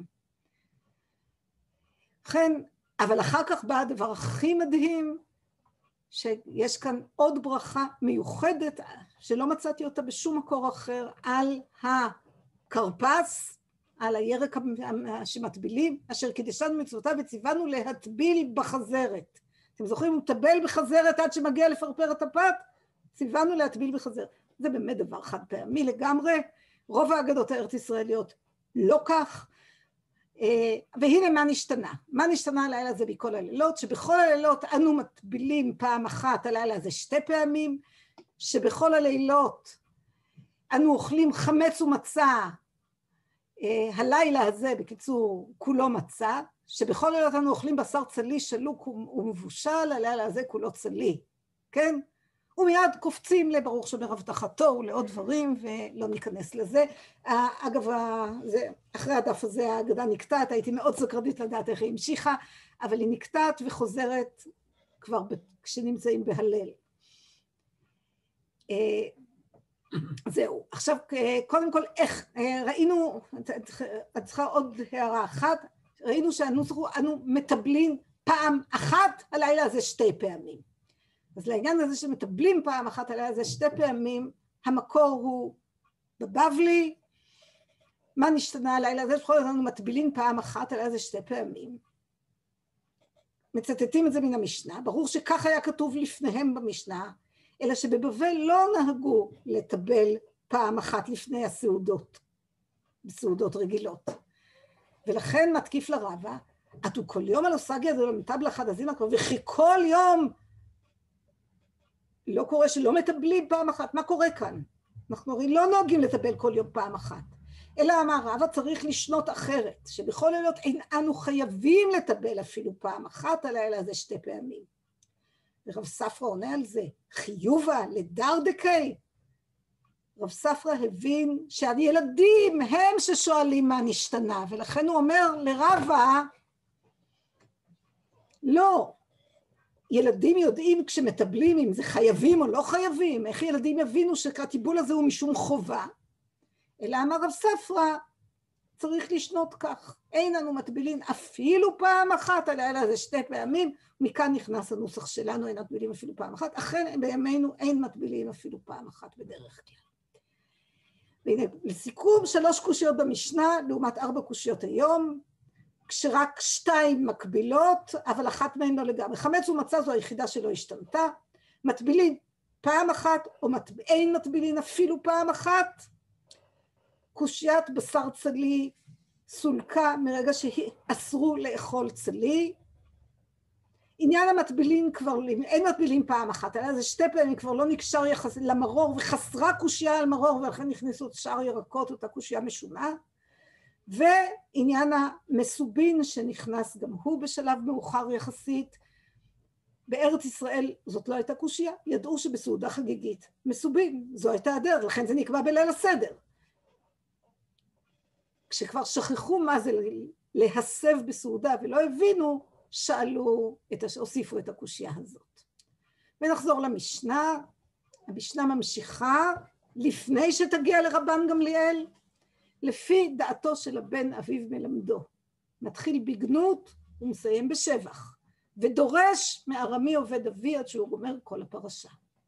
לכן, אבל אחר כך בא הדבר הכי מדהים, שיש כאן עוד ברכה מיוחדת, שלא מצאתי אותה בשום מקור אחר, על הכרפס, על הירק שמטבילים, אשר קידשנו מצוותיו וציוונו להטביל בחזרת. אתם זוכרים, הוא טבל בחזרת עד שמגיע לפרפר את הפת? ציוונו להטביל בחזרת. זה באמת דבר חד פעמי לגמרי, רוב האגדות הארץ ישראליות לא כך, והנה מה נשתנה. מה נשתנה הלילה הזה בכל הלילות? שבכל הלילות אנו מטבילים פעם אחת, הלילה הזה 2 פעמים, שבכל הלילות אנו אוכלים חמץ ומצה, הלילה הזה בקיצור כולו מצה, שבכל הלילות אנו אוכלים בשר צלי שלוק ומבושל, הלילה הזה כולו צלי, כן? ומיד קופצים לברוך שומר הבטחתו ולעוד דברים, ולא ניכנס לזה. אגב, אחרי הדף הזה האגדה נקטעת, הייתי מאוד סקרנית לדעת איך היא המשיכה, אבל היא נקטעת וחוזרת כבר כשנמצאים בהלל. זהו. עכשיו, קודם כל, איך ראינו, את צריכה עוד הערה אחת, ראינו שאנו מטבלים פעם אחת, הלילה הזה 2 פעמים. אז לעניין הזה שמטבלים פעם אחת עליה זה 2 פעמים, המקור הוא בבבלי, מה נשתנה הלילה הזה? בכל זאת אנחנו מטבילים פעם אחת עליה זה 2 פעמים. מצטטים את זה מן המשנה, ברור שכך היה כתוב לפניהם במשנה, אלא שבבבל לא נהגו לטבל פעם אחת לפני הסעודות, בסעודות רגילות. ולכן מתקיף לרבה, עתו כל יום על הסוגיה הזו למטבל אחד הזין הקרוב, וכי כל יום לא קורה שלא מטבלים פעם אחת, מה קורה כאן? אנחנו הרי לא נוהגים לטבל כל יום פעם אחת, אלא אמר רבא צריך לשנות אחרת, שבכל לילות אין אנו חייבים לטבל אפילו פעם אחת, הלילה הזה 2 פעמים. ורב ספרא עונה על זה, חיובה לדרדקי, רב ספרא הבין שהילדים הם ששואלים מה נשתנה, ולכן הוא אומר לרבא, לא, ילדים יודעים כשמטבלים אם זה חייבים או לא חייבים, איך ילדים יבינו שהטיבול הזה הוא משום חובה, אלא אמר רב ספרא, צריך לשנות כך, אין אנו מטבילים אפילו פעם אחת, הלילה הזה 2 פעמים, מכאן נכנס הנוסח שלנו, אין מטבילים אפילו פעם אחת, אכן בימינו אין מטבילים אפילו פעם אחת בדרך כלל. והנה, לסיכום 3 קושיות במשנה, לעומת 4 קושיות היום, כשרק 2 מקבילות, אבל אחת מהן לא לגמרי. חמץ ומצה זו היחידה שלא השתנתה, מטבילים פעם אחת, או אין מטבילים אפילו פעם אחת, קושיית בשר צלי סולקה מרגע שאסרו לאכול צלי, עניין המטבילים כבר, אין מטבילים פעם אחת, אלא זה 2 פעמים כבר לא נקשר יחס למרור, וחסרה קושייה על מרור, ולכן נכנסו את שאר ירקות, אותה קושייה משונה, ועניין המסובין שנכנס גם הוא בשלב מאוחר יחסית, בארץ ישראל זאת לא הייתה קושייה, ידעו שבסעודה חגיגית מסובין, זו הייתה הדרך, לכן זה נקבע בליל הסדר. כשכבר שכחו מה זה להסב בסעודה ולא הבינו, הוסיפו את הקושייה הזאת. ונחזור למשנה, המשנה ממשיכה, לפני שתגיע לרבן גמליאל, לפי דעתו של הבן אביו מלמדו. מתחיל בגנות ומסיים בשבח, ודורש מארמי עובד אבי עד שהוא גומר כל הפרשה.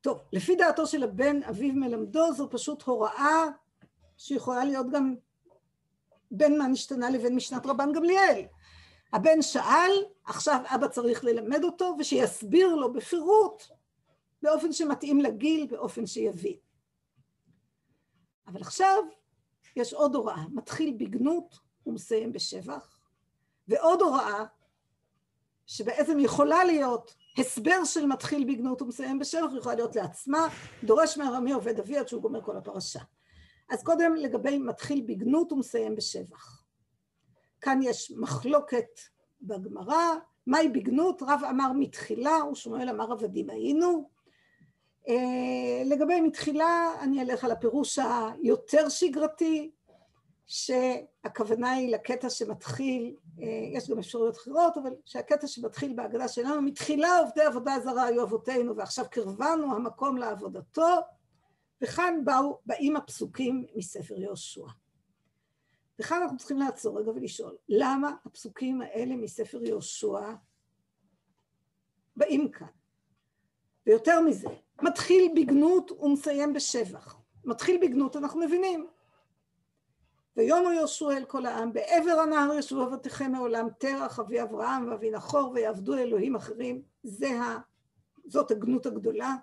טוב, לפי דעתו של הבן אביו מלמדו, זו פשוט הוראה שיכולה להיות גם בין מהמשתנה לבין משנת רבן גמליאל. הבן שאל, עכשיו אבא צריך ללמד אותו ושיסביר לו בפירוט, באופן שמתאים לגיל, באופן שיבין. אבל עכשיו יש עוד הוראה, מתחיל בגנות ומסיים בשבח, ועוד הוראה שבעצם יכולה להיות הסבר של מתחיל בגנות ומסיים בשבח, יכולה להיות לעצמה, דורש מארמי עובד אבי עד שהוא גומר כל הפרשה. אז קודם לגבי מתחיל בגנות ומסיים בשבח. כאן יש מחלוקת בגמרא, מהי בגנות? רב אמר מתחילה ושמואל אמר עבדים היינו. לגבי מתחילה אני אלך על הפירוש היותר שגרתי, שהכוונה היא לקטע שמתחיל, יש גם אפשרויות אחרות, אבל שהקטע שמתחיל בהגדה שלנו, מתחילה עובדי עבודה זרה היו אבותינו ועכשיו קרבנו המקום לעבודתו, וכאן באים הפסוקים מספר יהושע. וכאן אנחנו צריכים לעצור רגע ולשאול, למה הפסוקים האלה מספר יהושע באים כאן? ויותר מזה, מתחיל בגנות ומסיים בשבח. מתחיל בגנות אנחנו מבינים. ויאמר יהושע אל כל העם, בעבר הנהר ישבו אבותיכם מעולם תרח, אבי אברהם ואבי נחור, ויעבדו אלוהים אחרים. זאת הגנות הגדולה.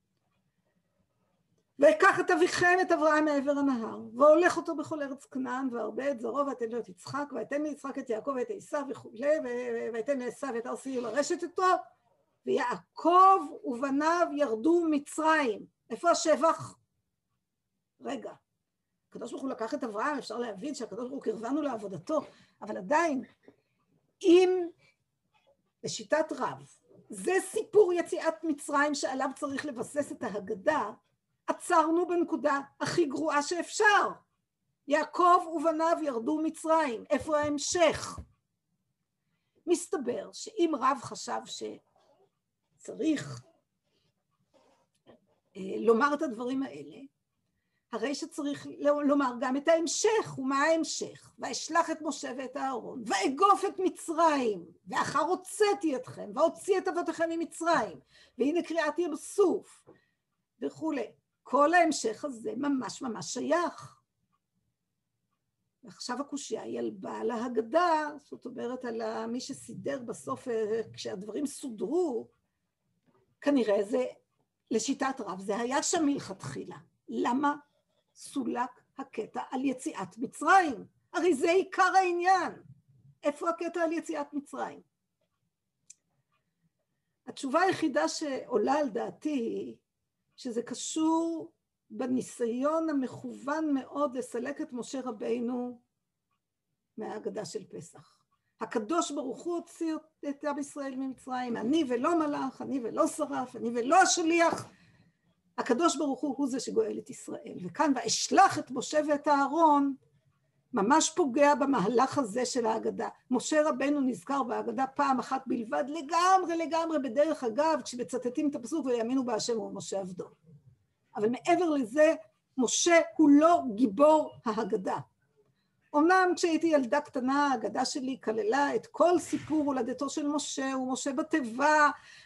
ויקח את אביכם את אברהם מעבר הנהר, והולך אותו בכל ארץ כנען, והרבה את זרעו, ויתן לו את יצחק, ויתן ליצחק את יעקב ואת עשיו וכולי, ויתן לעשיו את ארצי לרשת אותו, ויעקב ובניו ירדו מצרים. איפה השבח? רגע, הקדוש ברוך הוא לקח את אברהם, אפשר להבין שהקדוש ברוך הוא קרבנו לעבודתו, אבל עדיין, אם לשיטת רב, זה סיפור יציאת מצרים שעליו צריך לבסס את ההגדה, עצרנו בנקודה הכי גרועה שאפשר. יעקב ובניו ירדו מצרים, איפה ההמשך? מסתבר שאם רב חשב שצריך לומר את הדברים האלה, הרי שצריך לומר גם את ההמשך. ומה ההמשך? ואשלח את משה ואת אהרון, ואגוף את מצרים, ואחר הוצאתי אתכם, והוציא את אבותיכם ממצרים, והנה קריאת ים סוף, וכולי. כל ההמשך הזה ממש ממש שייך. ועכשיו הקושיה היא על בעל ההגדה, זאת אומרת על מי שסידר בסוף, כשהדברים סודרו, כנראה זה, לשיטת רב, זה היה שם מלכתחילה. למה סולק הקטע על יציאת מצרים? הרי זה עיקר העניין. איפה הקטע על יציאת מצרים? התשובה היחידה שעולה על דעתי היא, שזה קשור בניסיון המכוון מאוד לסלק את משה רבינו מההגדה של פסח. הקדוש ברוך הוא הוציא את עם ישראל ממצרים, אני ולא מלאך, אני ולא שרף, אני ולא השליח. הקדוש ברוך הוא זה שגואל את ישראל. וכאן ואשלח את משה ואת אהרון, ממש פוגע במהלך הזה של ההגדה. משה רבנו נזכר בהגדה פעם אחת בלבד, לגמרי בדרך אגב, כשמצטטים את הפסוק ויאמינו בהשם ומשה עבדו. אבל מעבר לזה, משה הוא לא גיבור ההגדה. אמנם כשהייתי ילדה קטנה, ההגדה שלי כללה את כל סיפור הולדתו של משה, ומשה בתיבה,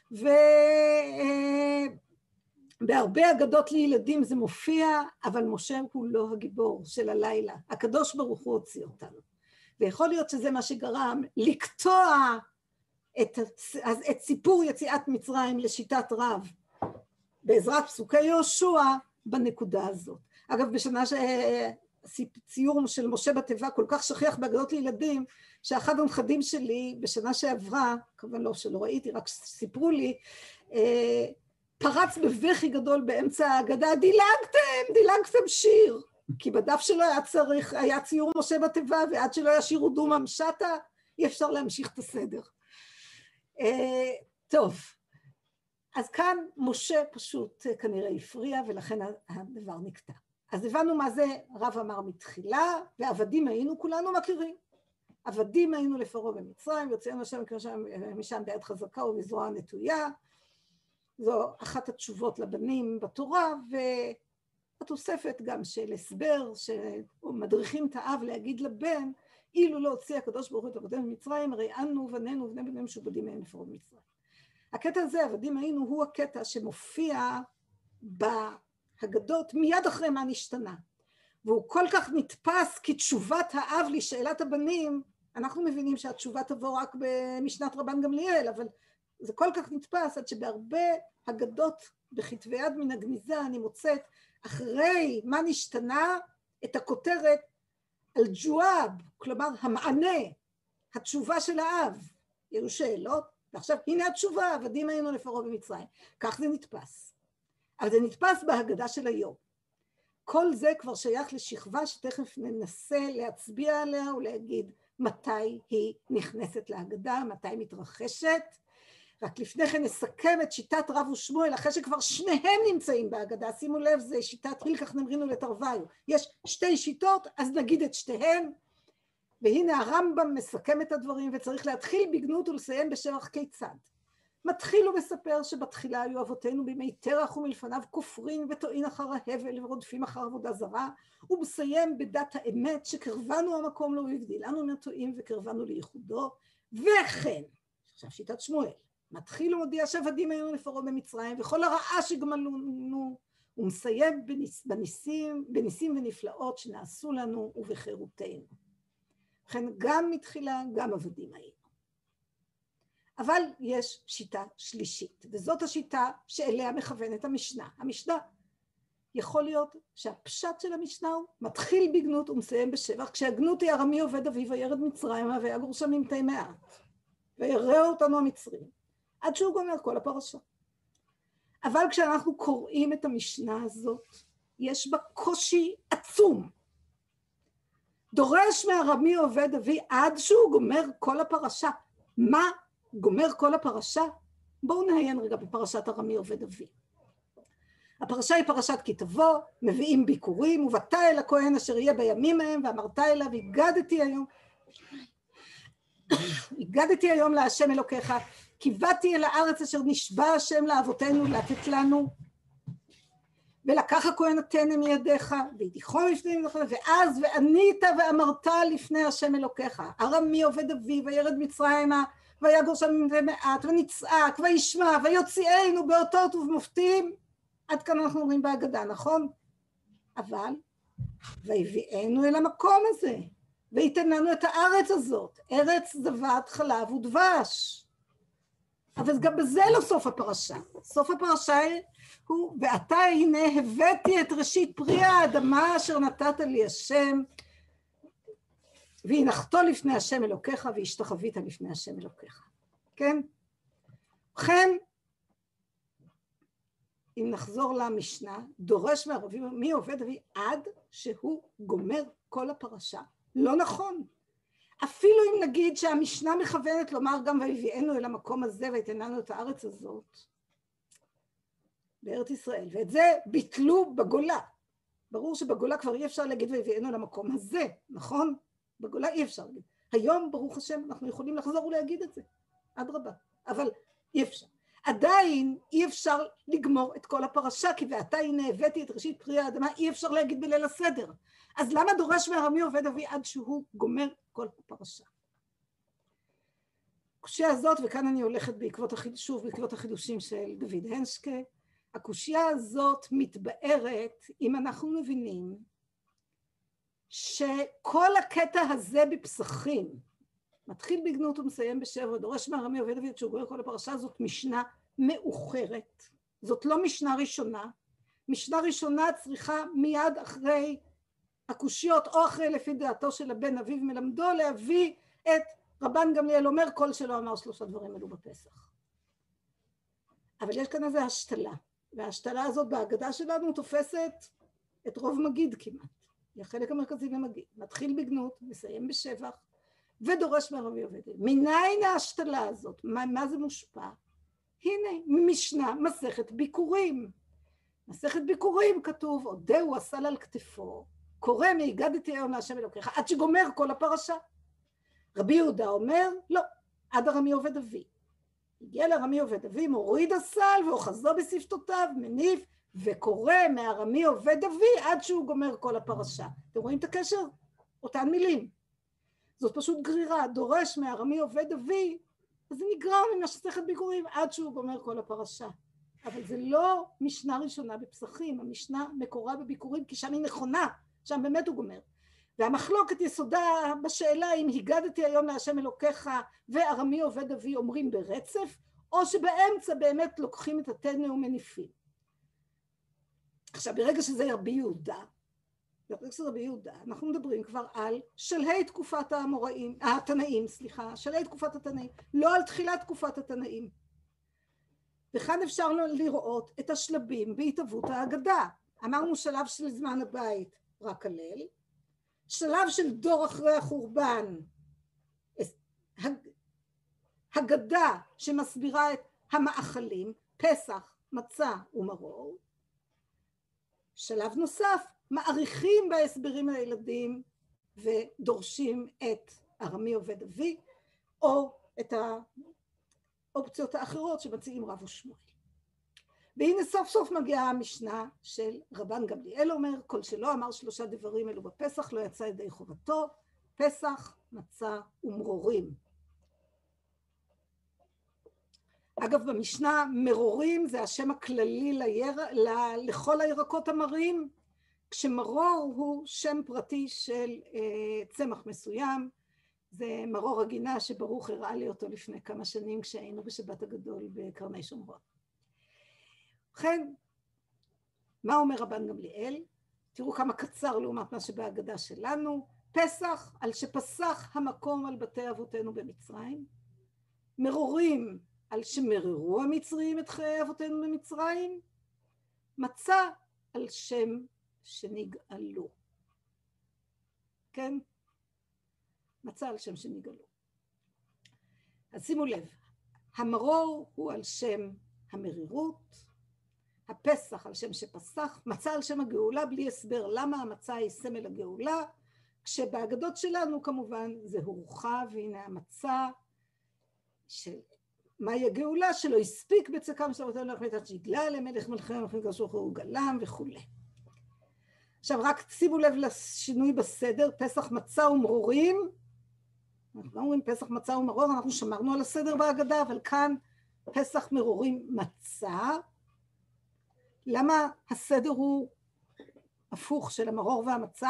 בהרבה אגדות לילדים זה מופיע, אבל משה הוא לא הגיבור של הלילה. הקדוש ברוך הוא הוציא אותנו. ויכול להיות שזה מה שגרם לקטוע את סיפור יציאת מצרים לשיטת רב, בעזרת פסוקי יהושע בנקודה הזאת. אגב, בשנה ציור של משה בתיבה כל כך שכיח באגדות לילדים, שאחד הנכדים שלי בשנה שעברה, כמובן לא שלא ראיתי, רק סיפרו לי, פרץ בבכי גדול באמצע ההגדה, דילגתם שיר, כי בדף שלו היה ציור משה בתיבה, ועד שלא ישירו דומם שטה, אי אפשר להמשיך את הסדר. טוב, אז כאן משה פשוט כנראה הפריע, ולכן הדבר נקטע. אז הבנו מה זה רב אמר מתחילה, ועבדים היינו, כולנו מכירים. עבדים היינו לפרעה במצרים, יוצאנו השם משם ביד חזקה ובזרוע נטויה. זו אחת התשובות לבנים בתורה, והתוספת גם של הסבר, שמדריכים את האב להגיד לבן, אילו לא הוציא הקדוש ברוך הוא את אבותינו ממצרים, הרי אנו ובנינו ובני בנינו משועבדים מהם לפרעה במצרים. הקטע הזה, עבדים היינו, הוא הקטע שמופיע בהגדות מיד אחרי מה נשתנה, והוא כל כך נתפס כתשובת האב לשאלת הבנים. אנחנו מבינים שהתשובה תבוא רק במשנת רבן גמליאל, אבל זה כל כך נתפס עד שבהרבה הגדות בכתבי יד מן הגניזה אני מוצאת אחרי מה נשתנה את הכותרת על ג'ואב, כלומר המענה, התשובה של האב. היו שאלות, ועכשיו הנה התשובה, עבדים היינו לפרעה במצרים. כך זה נתפס. אבל זה נתפס בהגדה של היום. כל זה כבר שייך לשכבה שתכף ננסה להצביע עליה ולהגיד מתי היא נכנסת להגדה, מתי מתרחשת. רק לפני כן נסכם את שיטת רב ושמואל, אחרי שכבר שניהם נמצאים בהגדה. שימו לב, זה שיטת הילקח נמרינו לתרוויו. יש שתי שיטות, אז נגיד את שתיהן. והנה הרמב"ם מסכם את הדברים, וצריך להתחיל בגנות ולסיים בשבח כיצד. מתחיל ומספר שבתחילה היו אבותינו בימי תרח ומלפניו כופרים וטועין אחר ההבל ורודפים אחר עבודה זרה, ומסיים בדת האמת שקרבנו המקום לו והבדילנו מהטועים וקרבנו לייחודו, וכן, עכשיו שיטת שמואל, מתחיל ומודיע שעבדים היינו לפרעה במצרים וכל הרעה שגמלנו, ומסיים בניסים ונפלאות שנעשו לנו ובחירותנו. לכן גם מתחילה גם עבדים היינו. אבל יש שיטה שלישית, וזאת השיטה שאליה מכוונת המשנה. המשנה יכול להיות שהפשט של המשנה הוא מתחיל בגנות ומסיים בשבח, כשהגנות היא ארמי עובד אביו וירד מצרימה ויגור שם ממתי מעט, ויראה אותנו המצרים, עד שהוא גומר כל הפרשה. אבל כשאנחנו קוראים את המשנה הזאת, יש בה קושי עצום. דורש מארמי עובד אבי עד שהוא גומר כל הפרשה. מה גומר כל הפרשה? בואו נעיין רגע בפרשת ארמי עובד אבי. הפרשה היא פרשת כי תבוא, מביאים ביקורים, ובאת אל הכהן אשר יהיה בימים ההם, ואמרת אליו, הגדתי היום להשם אלוקיך, כי באתי אל הארץ אשר נשבע השם לאבותינו לתת לנו, ולקח הכהן התנא מידיך, והדיחו לפני אלוקיך, ואז וענית ואמרת לפני השם אלוקיך, ארמי עובד אבי וירד מצרימה, ויגור שם מעט, ונצעק, וישמע, ויוציאנו באותות ובמופתים. עד כאן אנחנו אומרים בהגדה, נכון? אבל, ויביאנו אל המקום הזה, וייתן לנו את הארץ הזאת, ארץ זבת חלב ודבש. אבל גם בזה לא סוף הפרשה. סוף הפרשה הוא, ועתה הנה הבאתי את ראשית פרי האדמה אשר נתת לי השם, והנחתו לפני השם אלוקיך, והשתחווית לפני השם אלוקיך. כן? וכן, אם נחזור למשנה, דורש מהרבים, מי עובד אבי עד שהוא גומר כל הפרשה. לא נכון. אפילו אם נגיד שהמשנה מכוונת לומר גם ויביאנו אל המקום הזה ויתן לנו את הארץ הזאת, בארץ ישראל, ואת זה ביטלו בגולה. ברור שבגולה כבר אי אפשר להגיד ויביאנו אל המקום הזה, נכון? בגולה אי אפשר להגיד. היום, ברוך השם, אנחנו יכולים לחזור ולהגיד את זה. אדרבה. אבל אי אפשר. עדיין אי אפשר לגמור את כל הפרשה, כי ועתה הנה הבאתי את ראשית פרי האדמה, אי אפשר להגיד בליל הסדר. אז למה דורש מארמי עובד אבי עד שהוא גומר כל הפרשה? הקושיה הזאת, וכאן אני הולכת בעקבות החידושים של דוד הנשקה, הקושיה הזאת מתבארת אם אנחנו מבינים שכל הקטע הזה בפסחים, מתחיל בגנות ומסיים בשבע, דורש מארמי עובד אבי עד שהוא גומר כל הפרשה, זאת משנה מאוחרת, זאת לא משנה ראשונה. משנה ראשונה צריכה מיד אחרי הקושיות, או אחרי לפי דעתו של הבן אביו מלמדו, להביא את רבן גמליאל אומר כל שלא אמר שלושה דברים אלו בפסח. אבל יש כאן איזו השתלה, וההשתלה הזאת בהגדה שלנו תופסת את רוב מגיד כמעט. היא החלק המרכזי במגיד. מתחיל בגנות, מסיים בשבח, ודורש מארמי עובד. מניין ההשתלה הזאת? מה זה מושפע? הנה, משנה, מסכת ביקורים. מסכת ביקורים כתוב, עודהו אסל על כתפו, קורא מהגדתי היום להשם אלוקיך, עד שגומר כל הפרשה. רבי יהודה אומר, לא, עד ארמי עובד אבי. הגיע לארמי עובד אבי, מוריד הסל ואוחזו בשפתותיו, מניף, וקורא מארמי עובד אבי עד שהוא גומר כל הפרשה. אתם רואים את הקשר? אותן מילים. זאת פשוט גרירה, דורש מארמי עובד אבי, אז זה נגרר ממסכת ביקורים עד שהוא גומר כל הפרשה. אבל זה לא משנה ראשונה בפסחים, המשנה מקורה בביקורים, כי שם היא נכונה, שם באמת הוא גומר. והמחלוקת יסודה בשאלה אם הגדתי היום להשם אלוקיך וארמי עובד אבי אומרים ברצף, או שבאמצע באמת לוקחים את התנא ומניפים. עכשיו, ברגע שזה רבי יהודה, אנחנו מדברים כבר על שלהי תקופת התנאים, שלהי תקופת התנאים, לא על תחילת תקופת התנאים. וכאן אפשר לראות את השלבים בהתהוות ההגדה. אמרנו שלב של זמן הבית, רק הלל, שלב של דור אחרי החורבן, הגדה שמסבירה את המאכלים, פסח, מצה ומרור. שלב נוסף, מעריכים בהסברים לילדים ודורשים את ארמי עובד אבי, או את האופציות האחרות שמציעים רב ושמואל. והנה סוף סוף מגיעה המשנה של רבן גמליאל אומר, כל שלא אמר 3 דברים אלו בפסח לא יצא ידי חובתו, פסח, מצה ומרורים. אגב, במשנה מרורים זה השם הכללי לכל הירקות המרים, כשמרור הוא שם פרטי של צמח מסוים, זה מרור הגינה שברוך הראה לי אותו לפני כמה שנים כשהיינו בשבת הגדול בקרני שומרון. ובכן, מה אומר רבן גמליאל? תראו כמה קצר לעומת מה שבהגדה שלנו. פסח, על שפסח המקום על בתי אבותינו במצרים. מרורים, על שמררו המצרים את חיי אבותינו במצרים. מצה, על שם שנגאלו. כן? מצה על שם שנגאלו. אז שימו לב, המרור הוא על שם המרירות, הפסח על שם שפסח, מצה על שם הגאולה, בלי הסבר למה המצה היא סמל הגאולה, כשבהגדות שלנו כמובן זה הורחב, והנה המצה, מהי הגאולה שלא הספיק בצקם של אבותינו להחליט עד שהגלה למלך מלכי המלכים גרשו הוא גלם וכו'. עכשיו רק שימו לב לשינוי בסדר, פסח מצה ומרורים, אנחנו לא אומרים פסח מצה ומרור, אנחנו שמרנו על הסדר בהגדה, אבל כאן פסח מרורים מצה. למה הסדר הוא הפוך של המרור והמצה?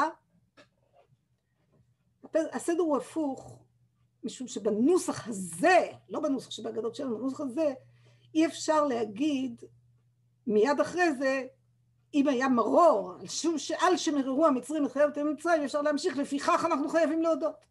הסדר הוא הפוך, משום שבנוסח הזה, לא בנוסח שבהגדות שלנו, בנוסח הזה, אי אפשר להגיד מיד אחרי זה, אם היה מרור, על שמררו המצרים את חיי אבותינו במצרים, אפשר להמשיך, לפיכך אנחנו חייבים להודות.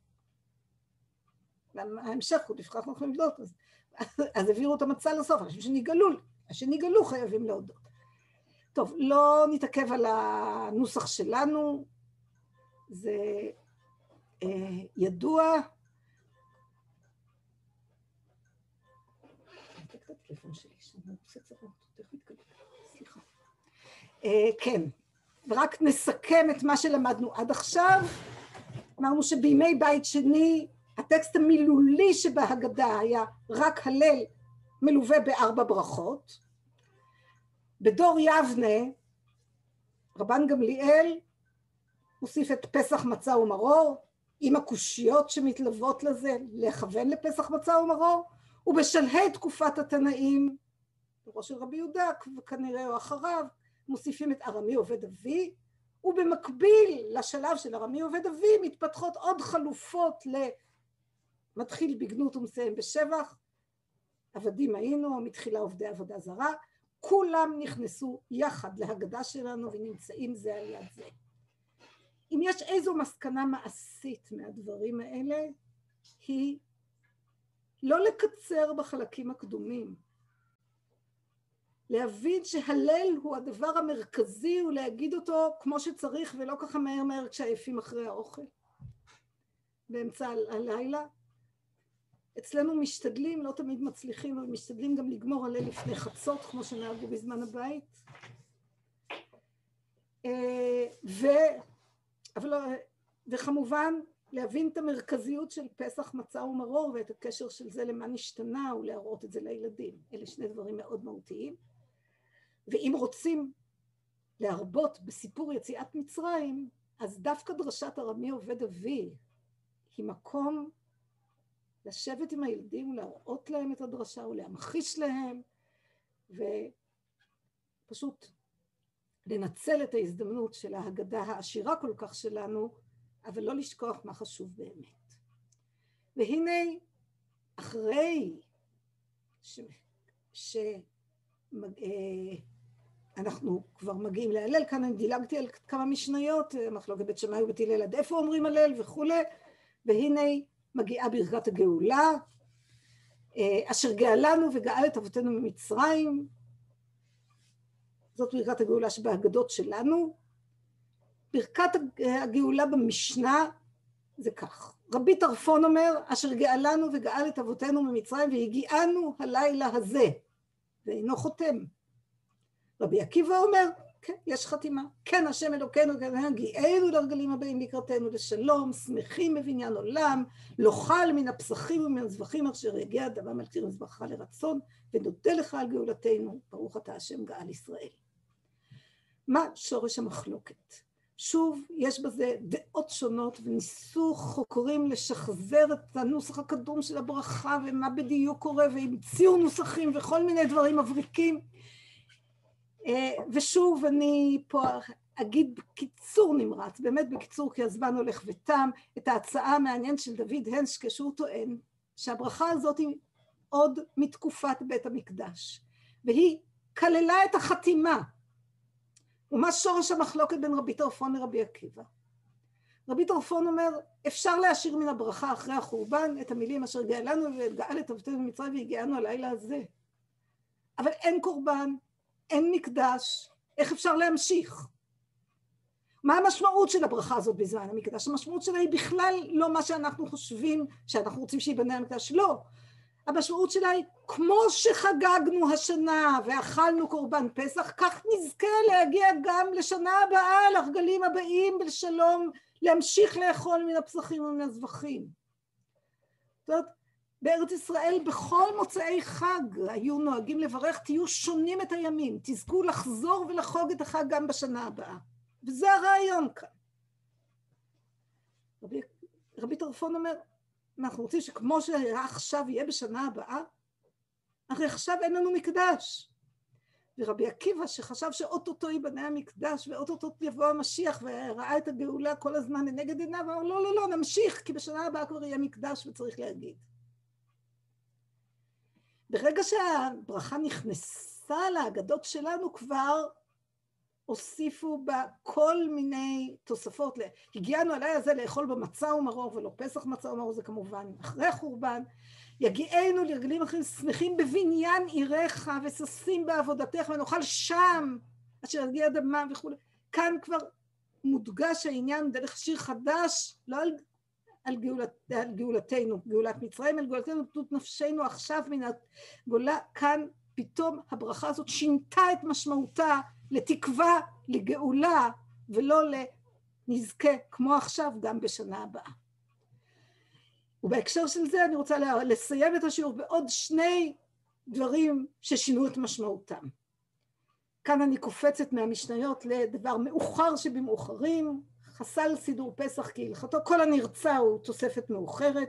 ההמשך הוא, לפיכך אנחנו חייבים להודות. אז העבירו את המצה לסוף, אנשים שנגאלו חייבים להודות. טוב, לא נתעכב על הנוסח שלנו, זה ידוע. סליחה. כן, ורק נסכם את מה שלמדנו עד עכשיו. אמרנו שבימי בית שני, הטקסט המילולי שבהגדה היה רק הלל מלווה ב4 ברכות. בדור יבנה, רבן גמליאל הוסיף את פסח מצה ומרור, עם הקושיות שמתלוות לזה, לכוון לפסח מצה ומרור, ובשלהי תקופת התנאים, בראש של רבי יהודה, כנראה או אחריו, מוסיפים את ארמי עובד אבי, ובמקביל לשלב של ארמי עובד אבי, מתפתחות עוד חלופות מתחיל בגנות ומסיים בשבח, עבדים היינו, מתחילה עובדי עבודה זרה, כולם נכנסו יחד להגדה שלנו ונמצאים זה על יד זה. אם יש איזו מסקנה מעשית מהדברים האלה, היא לא לקצר בחלקים הקדומים. להבין שהלל הוא הדבר המרכזי, ולהגיד אותו כמו שצריך, ולא ככה מהר כשעייפים אחרי האוכל. באמצע הלילה. אצלנו משתדלים, לא תמיד מצליחים, אבל משתדלים גם לגמור הלל לפני חצות, כמו שנהגו בזמן הבית. וכמובן, להבין את המרכזיות של פסח מצה ומרור, ואת הקשר של זה למה נשתנה, ולהראות את זה לילדים. אלה 2 דברים מאוד מהותיים. ואם רוצים להרבות בסיפור יציאת מצרים, אז דווקא דרשת ארמי עובד אבי, היא מקום לשבת עם הילדים ולהראות להם את הדרשה ולהמחיש להם, פשוט לנצל את ההזדמנות של ההגדה העשירה כל כך שלנו, אבל לא לשכוח מה חשוב באמת. והנה, אחרי אנחנו כבר מגיעים להלל, כאן אני דילגתי על כמה משניות, מחלוקת בית שמאי ובית הלל עד איפה אומרים הלל וכו', והנה מגיעה ברכת הגאולה, אשר גאלנו וגאל את אבותינו ממצרים, זאת ברכת הגאולה שבהגדות שלנו. ברכת הגאולה במשנה זה כך, רבי טרפון אומר, אשר גאלנו וגאל את אבותינו ממצרים והגיענו הלילה הזה, ואינו חותם. רבי עקיבא אומר, כן, יש חתימה, כן השם אלוקינו, כן, הגיענו לרגלים הבאים לקראתנו לשלום, שמחים בבניין עולם, לא חל מן הפסחים ומן הזבחים אשר יגיע דבר מלכיר מזבחך לרצון, ונודה לך על גאולתנו, ברוך אתה השם גאל ישראל. מה שורש המחלוקת? שוב, יש בזה דעות שונות, וניסו חוקרים לשחזר את הנוסח הקדום של הברכה, ומה בדיוק קורה, והמציאו נוסחים וכל מיני דברים מבריקים. ושוב, אני פה אגיד בקיצור נמרץ, באמת בקיצור, כי הזמן הולך ותם, את ההצעה המעניינת של דוד הנשקה, שהוא טוען שהברכה הזאת היא עוד מתקופת בית המקדש, והיא כללה את החתימה. ומה שורש המחלוקת בין רבי טרפון לרבי עקיבא? רבי טרפון אומר, אפשר להשאיר מן הברכה אחרי החורבן את המילים אשר גאלנו וגאל את אבותינו ממצרים והגיענו הלילה הזה. אבל אין קורבן, אין מקדש, איך אפשר להמשיך? מה המשמעות של הברכה הזאת בזמן המקדש? המשמעות שלה היא בכלל לא מה שאנחנו חושבים שאנחנו רוצים שיבנה המקדש, לא. המשמעות שלה היא, כמו שחגגנו השנה ואכלנו קורבן פסח, כך נזכה להגיע גם לשנה הבאה, לרגלים הבאים בשלום, להמשיך לאכול מן הפסחים ומן הזבחים. זאת אומרת, בארץ ישראל בכל מוצאי חג היו נוהגים לברך, תהיו שונים את הימים, תזכו לחזור ולחוג את החג גם בשנה הבאה. וזה הרעיון כאן. רבי טרפון אומר, אנחנו רוצים שכמו שעכשיו יהיה בשנה הבאה, הרי עכשיו אין לנו מקדש. ורבי עקיבא שחשב שאוטוטו ייבנה המקדש, ואוטוטו יבוא המשיח, וראה את הגאולה כל הזמן לנגד עיניו, ואמר לא, לא, לא, נמשיך, כי בשנה הבאה כבר יהיה מקדש וצריך להגיד. ברגע שהברכה נכנסה להגדות שלנו, כבר הוסיפו בה כל מיני תוספות. הגיענו עליי הזה לאכול במצה ומרור, ולא פסח מצה ומרור, זה כמובן אחרי החורבן. יגיענו לרגלים אחרים שמחים בבניין עיריך וששים בעבודתך, ונאכל שם אשר יגיע דמם וכו'. כאן כבר מודגש העניין דרך שיר חדש, לא על גאולתנו, גאולת מצרים, על גאולתנו, תות נפשנו עכשיו מן הגאולה. כאן פתאום הברכה הזאת שינתה את משמעותה לתקווה, לגאולה, ולא לנזכה כמו עכשיו גם בשנה הבאה. ובהקשר של זה אני רוצה לסיים את השיעור בעוד שני דברים ששינו את משמעותם. כאן אני קופצת מהמשניות לדבר מאוחר שבמאוחרים, חסל סידור פסח כהלכתו, כל הנרצה הוא תוספת מאוחרת,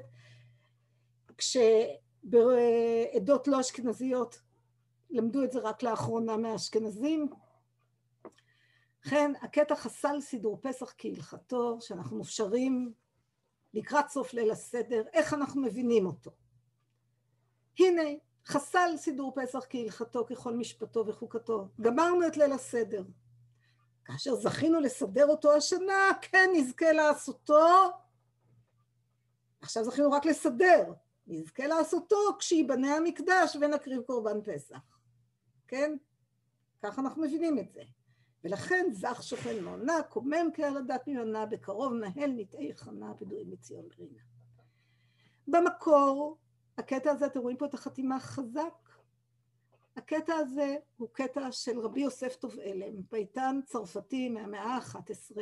כשבעדות לא אשכנזיות למדו את זה רק לאחרונה מהאשכנזים. כן, הקטע חסל סידור פסח כהלכתו, שאנחנו שרים לקראת סוף ליל הסדר, איך אנחנו מבינים אותו? הנה, חסל סידור פסח כהלכתו, ככל משפטו וחוקתו. גמרנו את ליל הסדר. כאשר זכינו לסדר אותו השנה, כן נזכה לעשותו. עכשיו זכינו רק לסדר. נזכה לעשותו כשיבנה המקדש ונקריב קורבן פסח. כן? כך אנחנו מבינים את זה. ולכן זך שוכן מעונה, קומם כהלדת מיונה, בקרוב נהל נטעי חנה, פדויים מציון ברינה. במקור, הקטע הזה, אתם רואים פה את החתימה חזק, הקטע הזה הוא קטע של רבי יוסף טוב אלם, פייטן צרפתי מהמאה ה-11,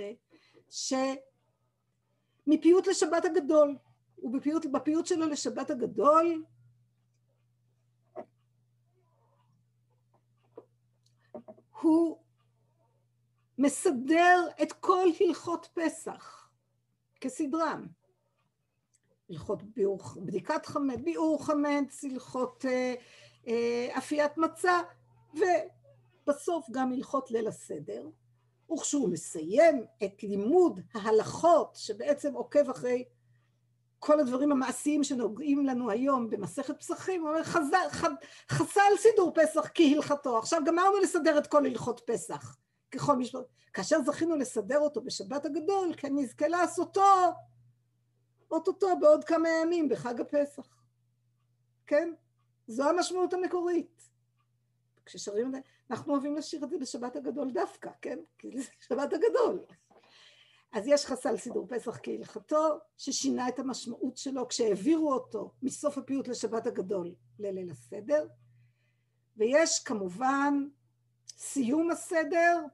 שמפיוט לשבת הגדול, ובפיוט שלו לשבת הגדול, הוא מסדר את כל הלכות פסח כסדרם. הלכות בדיקת חמץ, ביעור חמץ, הלכות אפיית מצה, בסוף גם הלכות ליל הסדר, וכשהוא מסיים את לימוד ההלכות שבעצם עוקב אחרי כל הדברים המעשיים שנוגעים לנו היום במסכת פסחים, הוא אומר חסל סידור פסח כהלכתו. עכשיו גמרנו לסדר את כל הלכות פסח, ככל משפט. כאשר זכינו לסדר אותו בשבת הגדול, כן נזכה לעשותו אוטוטו בעוד כמה ימים בחג הפסח. כן? זו המשמעות המקורית. כששרים, אנחנו אוהבים לשיר את זה בשבת הגדול דווקא, כן? כי זה שבת הגדול. אז יש חסל סידור פסח כהלכתו, ששינה את המשמעות שלו כשהעבירו אותו מסוף הפיוט לשבת הגדול לליל הסדר, ויש כמובן סיום הסדר,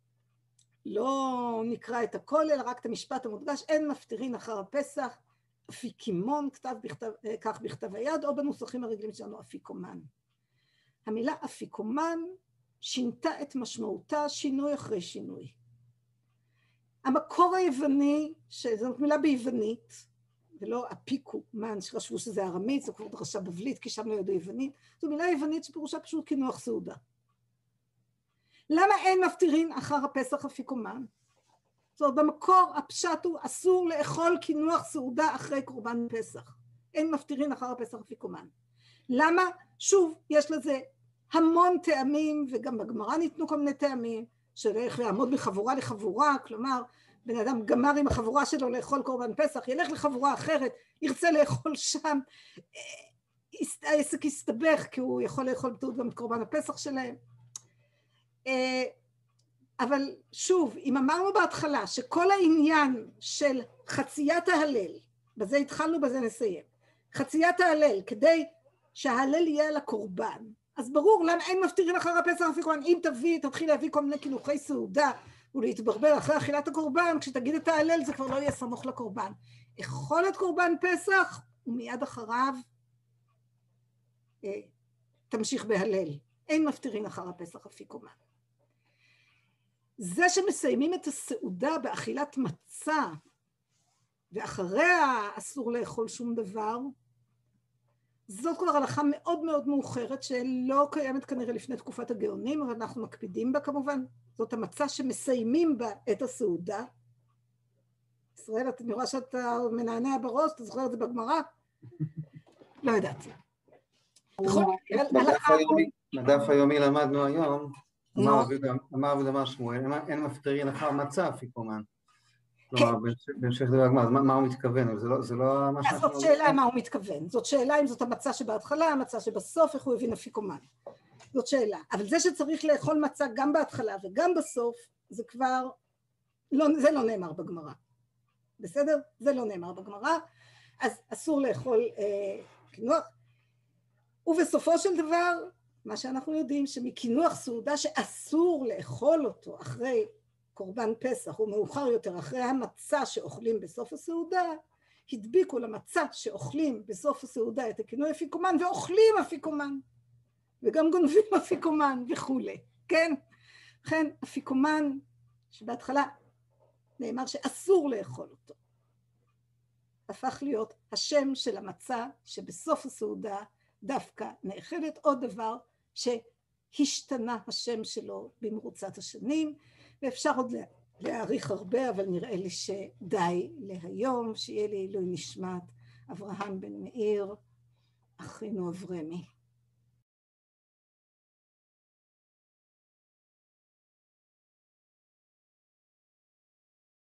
לא נקרא את הכל אלא רק את המשפט המודגש, אין מפטירין אחר הפסח, אפיקימון, כך בכתב היד, או בנוסחים הרגילים שלנו אפיקומן. המילה אפיקומן שינתה את משמעותה שינוי אחרי שינוי. המקור היווני, שזאת מילה ביוונית, ולא אפיקומן, שחשבו שזה ארמית, זו כבר דרשה בבלית, כי שם לא ידעו יוונית, זו מילה יוונית שפירושה פשוט קינוח סעודה. למה אין מפטירין אחר הפסח אפיקומן? זאת אומרת, במקור הפשט הוא אסור לאכול קינוח סעודה אחרי קורבן פסח. אין מפטירין אחר הפסח אפיקומן. למה? שוב, יש לזה המון טעמים, וגם בגמרא ניתנו כל מיני טעמים, של איך לעמוד מחבורה לחבורה, כלומר, בן אדם גמר עם החבורה שלו לאכול קורבן פסח, ילך לחבורה אחרת, ירצה לאכול שם, העסק יסתבך, כי הוא יכול לאכול בטעות גם את קורבן הפסח שלהם. אבל שוב, אם אמרנו בהתחלה שכל העניין של חציית ההלל, בזה התחלנו, בזה נסיים, חציית ההלל, כדי שההלל יהיה על הקורבן, אז ברור למה אין מפטירין אחר הפסח אפיקומן. אם תתחיל להביא כל מיני קינוחי סעודה ולהתברבר אחרי אכילת הקורבן, כשתגיד את ההלל זה כבר לא יהיה סמוך לקורבן. אכול את קורבן פסח ומיד אחריו תמשיך בהלל. אין מפטירין אחר הפסח אפיקומן. זה שמסיימים את הסעודה באכילת מצה ואחריה אסור לאכול שום דבר, זאת כבר הלכה מאוד מאוד מאוחרת שלא קיימת כנראה לפני תקופת הגאונים, אבל אנחנו מקפידים בה כמובן. זאת המצה שמסיימים בה את הסעודה. ישראל, אני רואה שאתה מנענע בראש, אתה זוכר את זה בגמרא? לא ידעתי. בדף היומי למדנו היום, אמר שמואל, אין מפטרין אחר מצה אפיקומן. כלומר, בהמשך דבר הגמרא, אז מה הוא מתכוון? זה לא מה שאנחנו... זאת שאלה מה הוא מתכוון. זאת שאלה אם זאת המצה שבהתחלה, המצה שבסוף, איך הוא הבין אפיקומן. זאת שאלה. אבל זה שצריך לאכול מצה גם בהתחלה וגם בסוף, זה כבר... זה לא נאמר בגמרא. בסדר? זה לא נאמר בגמרא. אז אסור לאכול קינוח. ובסופו של דבר, מה שאנחנו יודעים, שמקינוח סעודה שאסור לאכול אותו אחרי קורבן פסח, ומאוחר יותר אחרי המצה שאוכלים בסוף הסעודה, הדביקו למצה שאוכלים בסוף הסעודה את הכינוי אפיקומן, ואוכלים אפיקומן, וגם גונבים אפיקומן וכו'. כן? לכן אפיקומן, שבהתחלה נאמר שאסור לאכול אותו, הפך להיות השם של המצה שבסוף הסעודה דווקא נאכלת. עוד דבר שהשתנה השם שלו במרוצת השנים, ואפשר עוד להאריך הרבה, אבל נראה לי שדי להיום. שיהיה לי עילוי נשמת אברהם בן מאיר, אחינו אברמי.